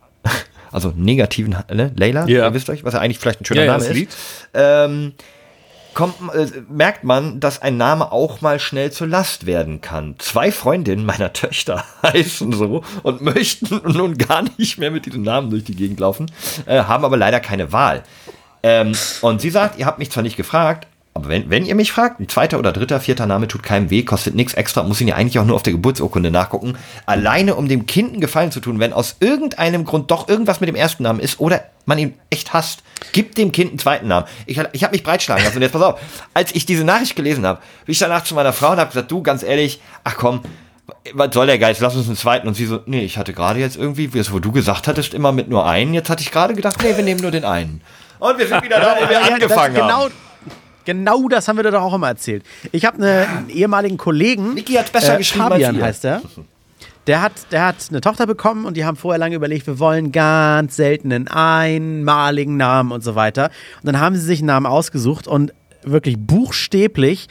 also negativen, ne? Layla, Ja. ihr wisst euch, was ja eigentlich vielleicht ein schöner Ja, ja, Name das ist. Lied. Ähm, kommt, äh, merkt man, dass ein Name auch mal schnell zur Last werden kann. Zwei Freundinnen meiner Töchter heißen so und möchten nun gar nicht mehr mit diesem Namen durch die Gegend laufen, äh, haben aber leider keine Wahl. Ähm, und sie sagt, ihr habt mich zwar nicht gefragt, aber wenn, wenn ihr mich fragt, ein zweiter oder dritter, vierter Name tut keinem weh, kostet nichts extra, muss ihn ja eigentlich auch nur auf der Geburtsurkunde nachgucken. Alleine, um dem Kind einen Gefallen zu tun, wenn aus irgendeinem Grund doch irgendwas mit dem ersten Namen ist oder man ihn echt hasst, gibt dem Kind einen zweiten Namen. Ich, ich habe mich breitschlagen lassen und jetzt pass auf, als ich diese Nachricht gelesen habe, bin ich danach zu meiner Frau und habe gesagt, du, ganz ehrlich, ach komm, was soll der Geist, lass uns einen zweiten. Und sie so, nee, ich hatte gerade jetzt irgendwie, wie es wo du gesagt hattest, immer mit nur einen, jetzt hatte ich gerade gedacht, nee, wir nehmen nur den einen. Und wir sind wieder da, wo wir Ja, angefangen das, genau, haben. genau das haben wir dir doch auch immer erzählt. Ich habe eine, einen ehemaligen Kollegen, Niki hat's besser geschrieben als Fabian ihr. heißt er. Der hat, der hat eine Tochter bekommen und die haben vorher lange überlegt, wir wollen ganz selten einen einmaligen Namen und so weiter. Und dann haben sie sich einen Namen ausgesucht und wirklich buchstäblich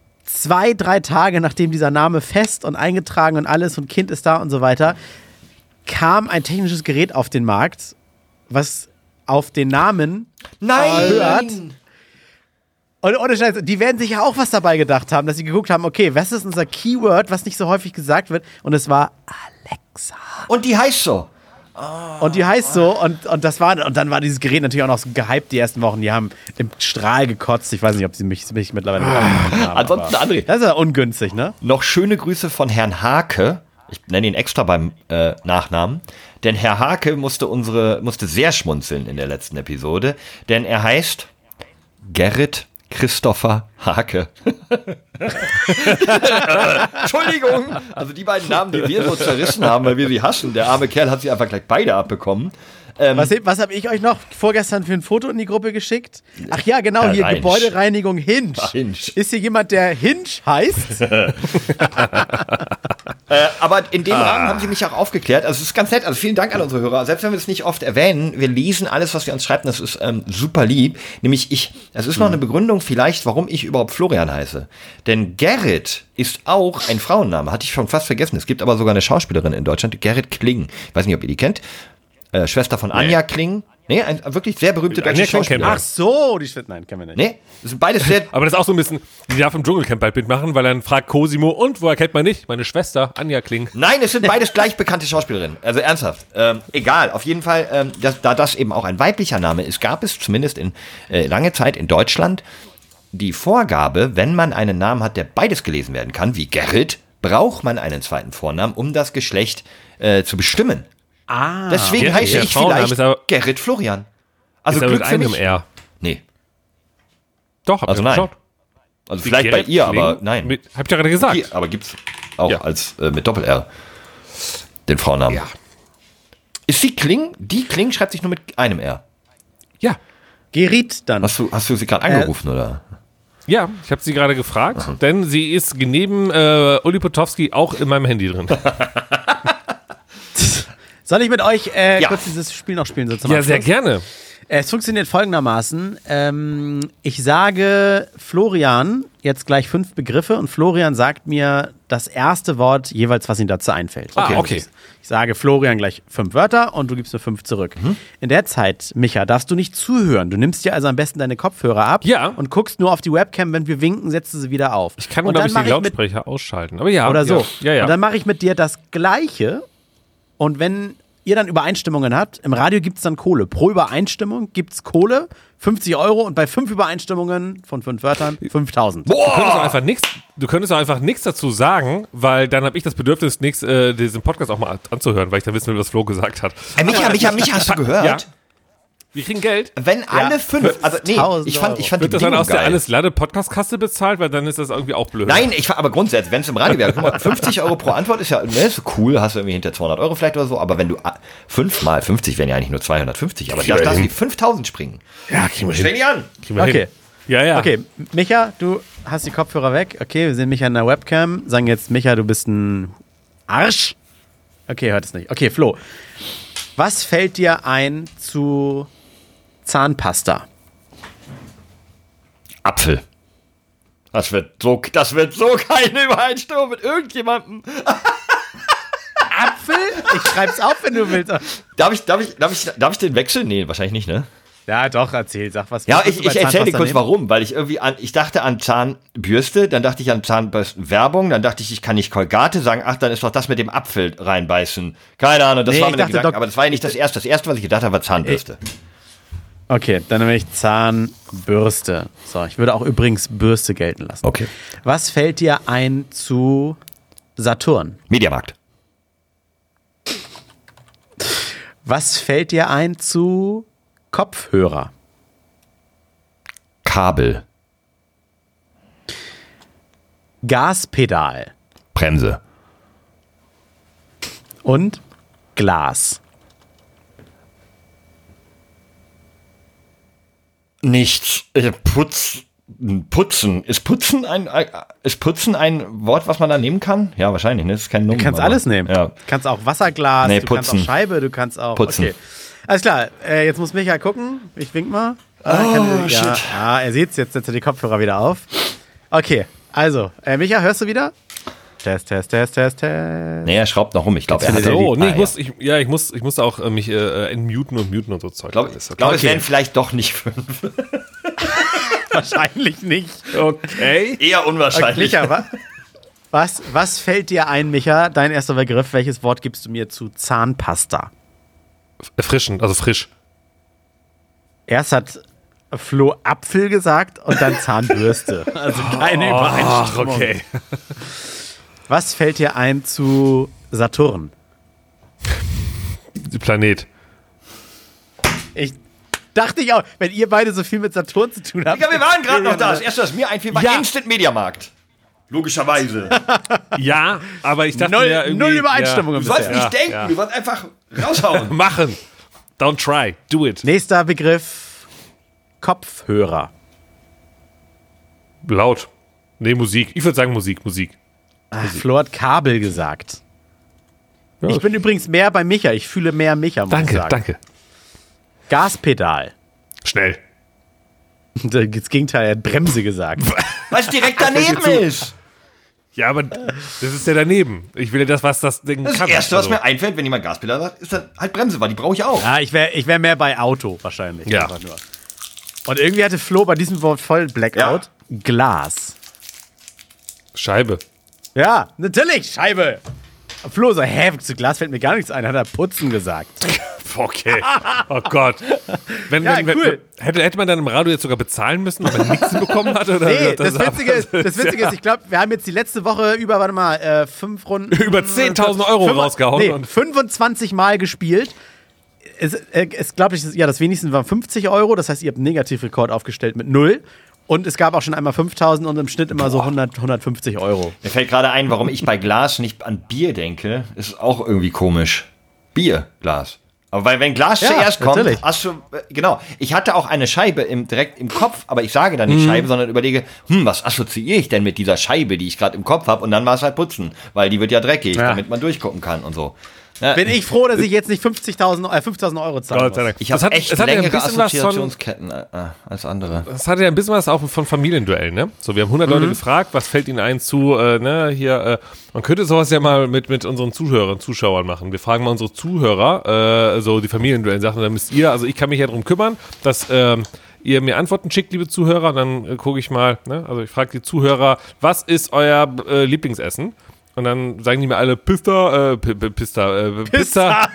zwei, drei Tage nachdem dieser Name fest und eingetragen und alles und Kind ist da und so weiter, kam ein technisches Gerät auf den Markt, was auf den Namen Nein! hört. Und ohne Scheiß, die werden sich ja auch was dabei gedacht haben, dass sie geguckt haben, okay, was ist unser Keyword, was nicht so häufig gesagt wird? Und es war Alexa. Und die heißt so. Und die heißt so, und, und das war, und dann war dieses Gerät natürlich auch noch so gehypt die ersten Wochen. Die haben im Strahl gekotzt. Ich weiß nicht, ob sie mich, mich mittlerweile haben. Ansonsten, André. Das ist ja ungünstig, ne? Noch schöne Grüße von Herrn Hake. Ich nenne ihn extra beim äh, Nachnamen. Denn Herr Hake musste unsere, musste sehr schmunzeln in der letzten Episode. Denn er heißt Gerrit Christopher Hake. Entschuldigung. Also die beiden Namen, die wir so zerrissen haben, weil wir sie hassen. Der arme Kerl hat sie einfach gleich beide abbekommen. Ähm, was was habe ich euch noch vorgestern für ein Foto in die Gruppe geschickt? Ach ja, genau, Herr hier Reinsch. Gebäudereinigung Hinsch. Hinsch. Ist hier jemand, der Hinsch heißt? äh, aber in dem ah. Rahmen haben sie mich auch aufgeklärt. Also es ist ganz nett. Also vielen Dank an unsere Hörer. Selbst wenn wir es nicht oft erwähnen, wir lesen alles, was ihr uns schreibt. Das ist ähm, super lieb. Nämlich ich, es ist noch eine Begründung vielleicht, warum ich überhaupt Florian heiße. Denn Gerrit ist auch ein Frauenname. Hatte ich schon fast vergessen. Es gibt aber sogar eine Schauspielerin in Deutschland, Gerrit Kling. Ich weiß nicht, ob ihr die kennt. Äh, Schwester von Anja nee. Kling. Nee, ein wirklich sehr berühmte deutsche Schauspielerin. Ach so, die Schwester. Nein, kennen wir nicht. Nee, das sind beides sehr... Aber das ist auch so ein bisschen, die darf im Dschungelcamp bald mitmachen, weil dann fragt Cosimo, und, woher kennt man nicht? Meine Schwester, Anja Kling. Nein, es sind beides gleich bekannte Schauspielerinnen. Also ernsthaft. Ähm, egal, auf jeden Fall, ähm, das, da das eben auch ein weiblicher Name ist, gab es zumindest in äh, lange Zeit in Deutschland die Vorgabe, wenn man einen Namen hat, der beides gelesen werden kann, wie Gerrit, braucht man einen zweiten Vornamen, um das Geschlecht äh, zu bestimmen. Ah, Deswegen ja, heiße ja, ich Frauenname vielleicht aber, Gerrit Florian. Also ist Glück mit für einem mich. R. Nee. Doch, hab Also ich nein. geschaut. Also Wie vielleicht Gerrit bei ihr, Kling aber nein. Mit, hab ich ja gerade gesagt. Hier, aber gibt's auch Ja. als äh, mit Doppel-R den Frauennamen. Ja. Ist die Kling? Die Kling schreibt sich nur mit einem R. Ja. Gerit dann. Hast du, hast du sie gerade angerufen, oder? Ja, ich habe sie gerade gefragt, mhm. denn sie ist neben äh, Uli Potowski auch in meinem Handy drin. Soll ich mit euch äh, Ja. kurz dieses Spiel noch spielen? So zum Ja, Abschluss? sehr gerne. Es funktioniert folgendermaßen. Ähm, ich sage Florian jetzt gleich fünf Begriffe und Florian sagt mir das erste Wort jeweils, was ihm dazu einfällt. Ah, okay. Ich, ich sage Florian gleich fünf Wörter und du gibst mir fünf zurück. Mhm. In der Zeit, Micha, darfst du nicht zuhören. Du nimmst dir also am besten deine Kopfhörer ab Ja. und guckst nur auf die Webcam. Wenn wir winken, setzt du sie wieder auf. Ich kann, und glaube ich, mach die Lautsprecher mit, ausschalten. Aber ja. Oder so. Ja, ja. Und dann mache ich mit dir das Gleiche. Und wenn ihr dann Übereinstimmungen habt, im Radio gibt es dann Kohle. Pro Übereinstimmung gibt es Kohle, fünfzig Euro und bei fünf Übereinstimmungen von fünf Wörtern fünftausend. Du könntest auch einfach nichts, du könntest auch einfach nichts dazu sagen, weil dann habe ich das Bedürfnis, nix, äh, diesen Podcast auch mal anzuhören, weil ich dann wissen will, was Flo gesagt hat. Äh, Micha, Micha, Micha, hast du gehört? Ja. Wir kriegen Geld. Wenn alle Ja. fünf, also nee, ich fand, ich fand Wird die das dann Bedingung aus der geil. Alles Lade Podcast-Kasse bezahlt, weil dann ist das irgendwie auch blöd. Nein, ich fand, aber grundsätzlich, wenn es im Radio wäre, guck mal, fünfzig Euro pro Antwort ist ja, ne, ist so cool, hast du irgendwie hinter zweihundert Euro vielleicht oder so, aber wenn du ah, fünf mal fünfzig wären ja eigentlich nur zweihundertfünfzig, aber Kriegen das wir darf hin. die fünftausend springen. Ja, kriegen wir hin. Stell dich an! Kriegen wir Okay. hin. Ja, ja. Okay, Micha, du hast die Kopfhörer weg. Okay, wir sehen Micha in der Webcam. Sagen jetzt, Micha, du bist ein Arsch. Okay, hört es nicht. Okay, Flo. Was fällt dir ein zu Zahnpasta? Apfel. Das wird so, das wird so keine Übereinstimmung mit irgendjemandem. Apfel? Ich schreib's auf, wenn du willst. Darf ich, darf ich, darf ich, darf ich den wechseln? Nee, wahrscheinlich nicht, ne? Ja, doch, erzähl, sag was. Ja, was ich, du bei ich erzähle dir Zahnpasta kurz nehmen? warum, weil ich irgendwie an, ich dachte an Zahnbürste, dann dachte ich an Zahnbürstenwerbung, dann dachte ich, ich kann nicht Colgate sagen, ach, dann ist doch das mit dem Apfel reinbeißen. Keine Ahnung, das Nee, war ich mir der dachte Gedanke, doch- aber das war ja nicht das Erste. Das Erste, was ich gedacht habe, war Zahnbürste. Okay, dann nehme ich Zahnbürste. So, ich würde auch übrigens Bürste gelten lassen. Okay. Was fällt dir ein zu Saturn? Mediamarkt. Was fällt dir ein zu Kopfhörer? Kabel. Gaspedal Bremse. und Glas. Nichts. Äh, Putz. Putzen. Ist Putzen ein, äh, ist Putzen ein Wort, was man da nehmen kann? Ja, wahrscheinlich, ne? Das ist kein Nomen. Du kannst aber- alles nehmen. Ja. Du kannst auch Wasserglas, Nee, du kannst putzen. auch Scheibe, du kannst auch. Putzen. Okay. Alles klar, äh, jetzt muss Micha gucken. Ich wink mal. Ah, Oh, kann, ja, shit. ja, er sieht's, jetzt setzt er die Kopfhörer wieder auf. Okay, also, äh, Micha, hörst du wieder? Test, Test, Test, Test, Test. Nee, er schraubt noch rum. Ich glaube, er findet hat er So, die- nee, Ah, ich ja. muss, ich, ja, ich muss, ich muss auch äh, mich äh, entmuten und muten und so Zeug. Ich glaube, Alles, ich glaub, es Okay. wären vielleicht doch nicht fünf. Wahrscheinlich nicht. Okay. Eher Okay, unwahrscheinlich. Micha, wa was, was fällt dir ein, Micha? Dein erster Begriff, welches Wort gibst du mir zu Zahnpasta? Erfrischend, also frisch. Erst hat Flo Apfel gesagt und dann Zahnbürste. Also keine Übereinstimmung. Okay. Was fällt dir ein zu Saturn? Planet. Ich dachte ich auch, wenn ihr beide so viel mit Saturn zu tun habt. Ja, wir waren gerade noch da. Das erste, was mir einfiel, war Ja. Instant Mediamarkt. Logischerweise. Ja, aber ich dachte Null, ja irgendwie... null Übereinstimmungen Du sollst bisher. nicht denken, ja. du sollst einfach raushauen. Ja. Machen. Don't try. Do it. Nächster Begriff: Kopfhörer. Laut. Nee, Musik. Ich würde sagen Musik, Musik. Ach, Flo hat Kabel gesagt. Ja. Ich bin übrigens mehr bei Micha. Ich fühle mehr Micha, muss ich Danke, sagen. danke. Gaspedal. Schnell. Das Gegenteil, er hat Bremse gesagt. Weil es direkt daneben ist. Ja, aber das ist ja daneben. Ich will ja das, was das Ding Das kann. Erste, was Also. mir einfällt, wenn jemand Gaspedal sagt, ist dann halt Bremse, weil die brauche ich auch. Ja, ich wäre ich wär mehr bei Auto wahrscheinlich. Ja. Einfach nur. Und irgendwie hatte Flo bei diesem Wort voll Blackout. Glas. Scheibe. Ja, natürlich, Scheibe. Flo so, hä, zu Glas fällt mir gar nichts ein, hat er putzen gesagt. Okay. Oh Gott. Wenn, Ja, wenn, wenn, cool. hätte, hätte man dann im Radio jetzt sogar bezahlen müssen, weil man nichts bekommen hat? Oder Nee, das, das Witzige ist, das Witzige ist, ich glaube, wir haben jetzt die letzte Woche über, warte mal, äh, fünf Runden. Über zehntausend Euro fünf- rausgehauen. Nee, Und fünfundzwanzig Mal gespielt. Es, äh, es glaube ich, ja, das wenigste waren fünfzig Euro, das heißt, ihr habt einen Negativrekord aufgestellt mit null. Und es gab auch schon einmal fünftausend und im Schnitt immer so hundert, hundertfünfzig Euro. Mir fällt gerade ein, warum ich bei Glas nicht an Bier denke. Ist auch irgendwie komisch. Bier, Glas. Aber weil wenn Glas Ja, zuerst kommt, natürlich. hast du, äh, genau. Ich hatte auch eine Scheibe im, direkt im Kopf, aber ich sage dann nicht Mhm. Scheibe, sondern überlege, hm, was assoziiere ich denn mit dieser Scheibe, die ich gerade im Kopf habe? Und dann war es halt Putzen, weil die wird ja dreckig, Ja. damit man durchgucken kann und so. Ja, Bin ich froh, dass ich jetzt nicht fünfzigtausend, äh, fünftausend Euro zahle. Gott sei Dank. ich habe Das hat- echt das hat ja ein längere bisschen was von- Assoziationsketten äh, als andere. das hatte ja ein bisschen was auch von Familienduellen, ne? So, wir haben hundert Leute gefragt, was fällt ihnen ein zu, äh, ne, hier, äh, man könnte sowas ja mal mit, mit unseren Zuhörern, Zuschauern machen. Wir fragen mal unsere Zuhörer, äh, so die Familienduellen-Sachen, dann müsst ihr, also ich kann mich ja darum kümmern, dass, ähm, ihr mir Antworten schickt, liebe Zuhörer, dann äh, gucke ich mal, ne, also ich frage die Zuhörer, was ist euer äh, Lieblingsessen? Und dann sagen die mir alle Pista, äh, P P Pista, äh, Pizza,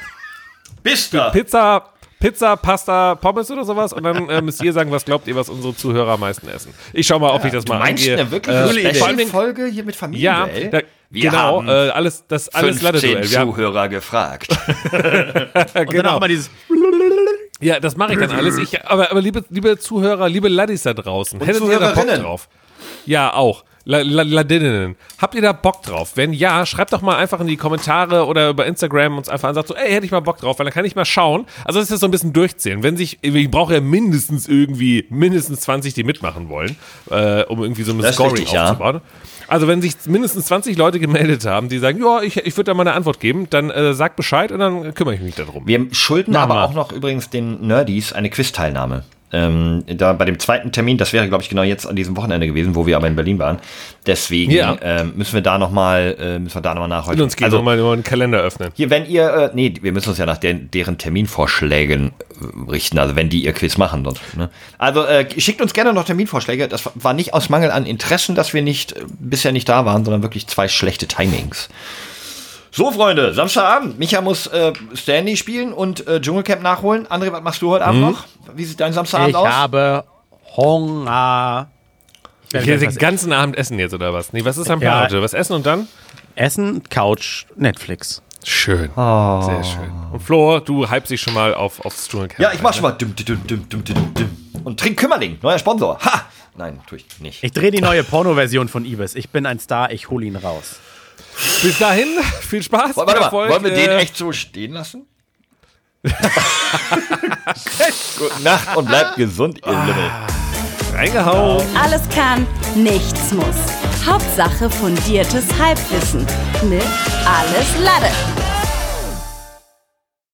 Bist du? Pizza, Pizza, Pasta, Pommes oder sowas. Und dann äh, müsst ihr sagen, was glaubt ihr, was unsere Zuhörer am meisten essen. Ich schau mal, ob ich das mal Meinst du eingehe. eine wirklich Äh, eine vor allen Dingen- Special-Folge hier mit Ja, Familienduell? da, Wir genau, haben äh, alles, das alles fünfzehn Ladeduell. Wir haben, Zuhörer gefragt. Und dann genau. auch mal dieses. Ja, das mache ich dann alles. Ich, aber aber liebe, liebe Zuhörer, liebe Laddies da draußen, hättet ihr da Bock Zuhörerinnen. drauf? Ja, auch. La, La, Ladinnen. Habt ihr da Bock drauf? Wenn ja, schreibt doch mal einfach in die Kommentare oder über Instagram uns einfach an, sagt so, ey, hätte ich mal Bock drauf, weil dann kann ich mal schauen. Also das ist so ein bisschen durchzählen. Wenn sich, ich brauche ja mindestens irgendwie, mindestens zwanzig, die mitmachen wollen, äh, um irgendwie so eine Das ist Scoring richtig, ja. aufzubauen. Also wenn sich mindestens zwanzig Leute gemeldet haben, die sagen, ja, ich, ich würde da mal eine Antwort geben, dann äh, sagt Bescheid und dann kümmere ich mich darum. Wir schulden Machen aber wir. auch noch übrigens den Nerdies eine Quiz-Teilnahme. Ähm, da bei dem zweiten Termin, das wäre, glaube ich, genau jetzt an diesem Wochenende gewesen, wo wir aber in Berlin waren. Deswegen Ja. ähm, müssen wir da nochmal äh, müssen wir da noch mal nachholen. Und uns geht also, nochmal nur den Kalender öffnen. hier, wenn ihr, äh, nee, wir müssen uns ja nach den, deren Terminvorschlägen äh, richten, also wenn die ihr Quiz machen. Sonst, ne? Also äh, schickt uns gerne noch Terminvorschläge. Das war nicht aus Mangel an Interessen, dass wir nicht äh, bisher nicht da waren, sondern wirklich zwei schlechte Timings. So, Freunde, Samstagabend. Micha muss äh, Stanley spielen und äh, Dschungelcamp nachholen. André, was machst du heute Abend noch? Wie sieht dein Samstagabend Ich aus? habe Hunger. Ich Ich werde den was ganzen Abend essen jetzt, oder was? Nee, was ist am Plan Ja. heute? Was essen und dann? essen, Couch, Netflix. Schön. Sehr schön. Und Flo, du hypst dich schon mal auf, aufs Dschungelcamp. Ja, ich mach ein, schon mal. Dum, dum, dum, dum, dum, dum. Und trink Kümmerling, neuer Sponsor. Ha! Nein, tue ich nicht. Ich drehe die neue Porno-Version von Ibis. Ich bin ein Star, ich hole ihn raus. Ne? Bis dahin, viel Spaß. Warte viel mal, Erfolg, wollen wir den äh, echt so stehen lassen? Gute Nacht und bleibt gesund, ihr Limmel. reingehauen? Alles kann, nichts muss. Hauptsache fundiertes Halbwissen mit Alles Lade.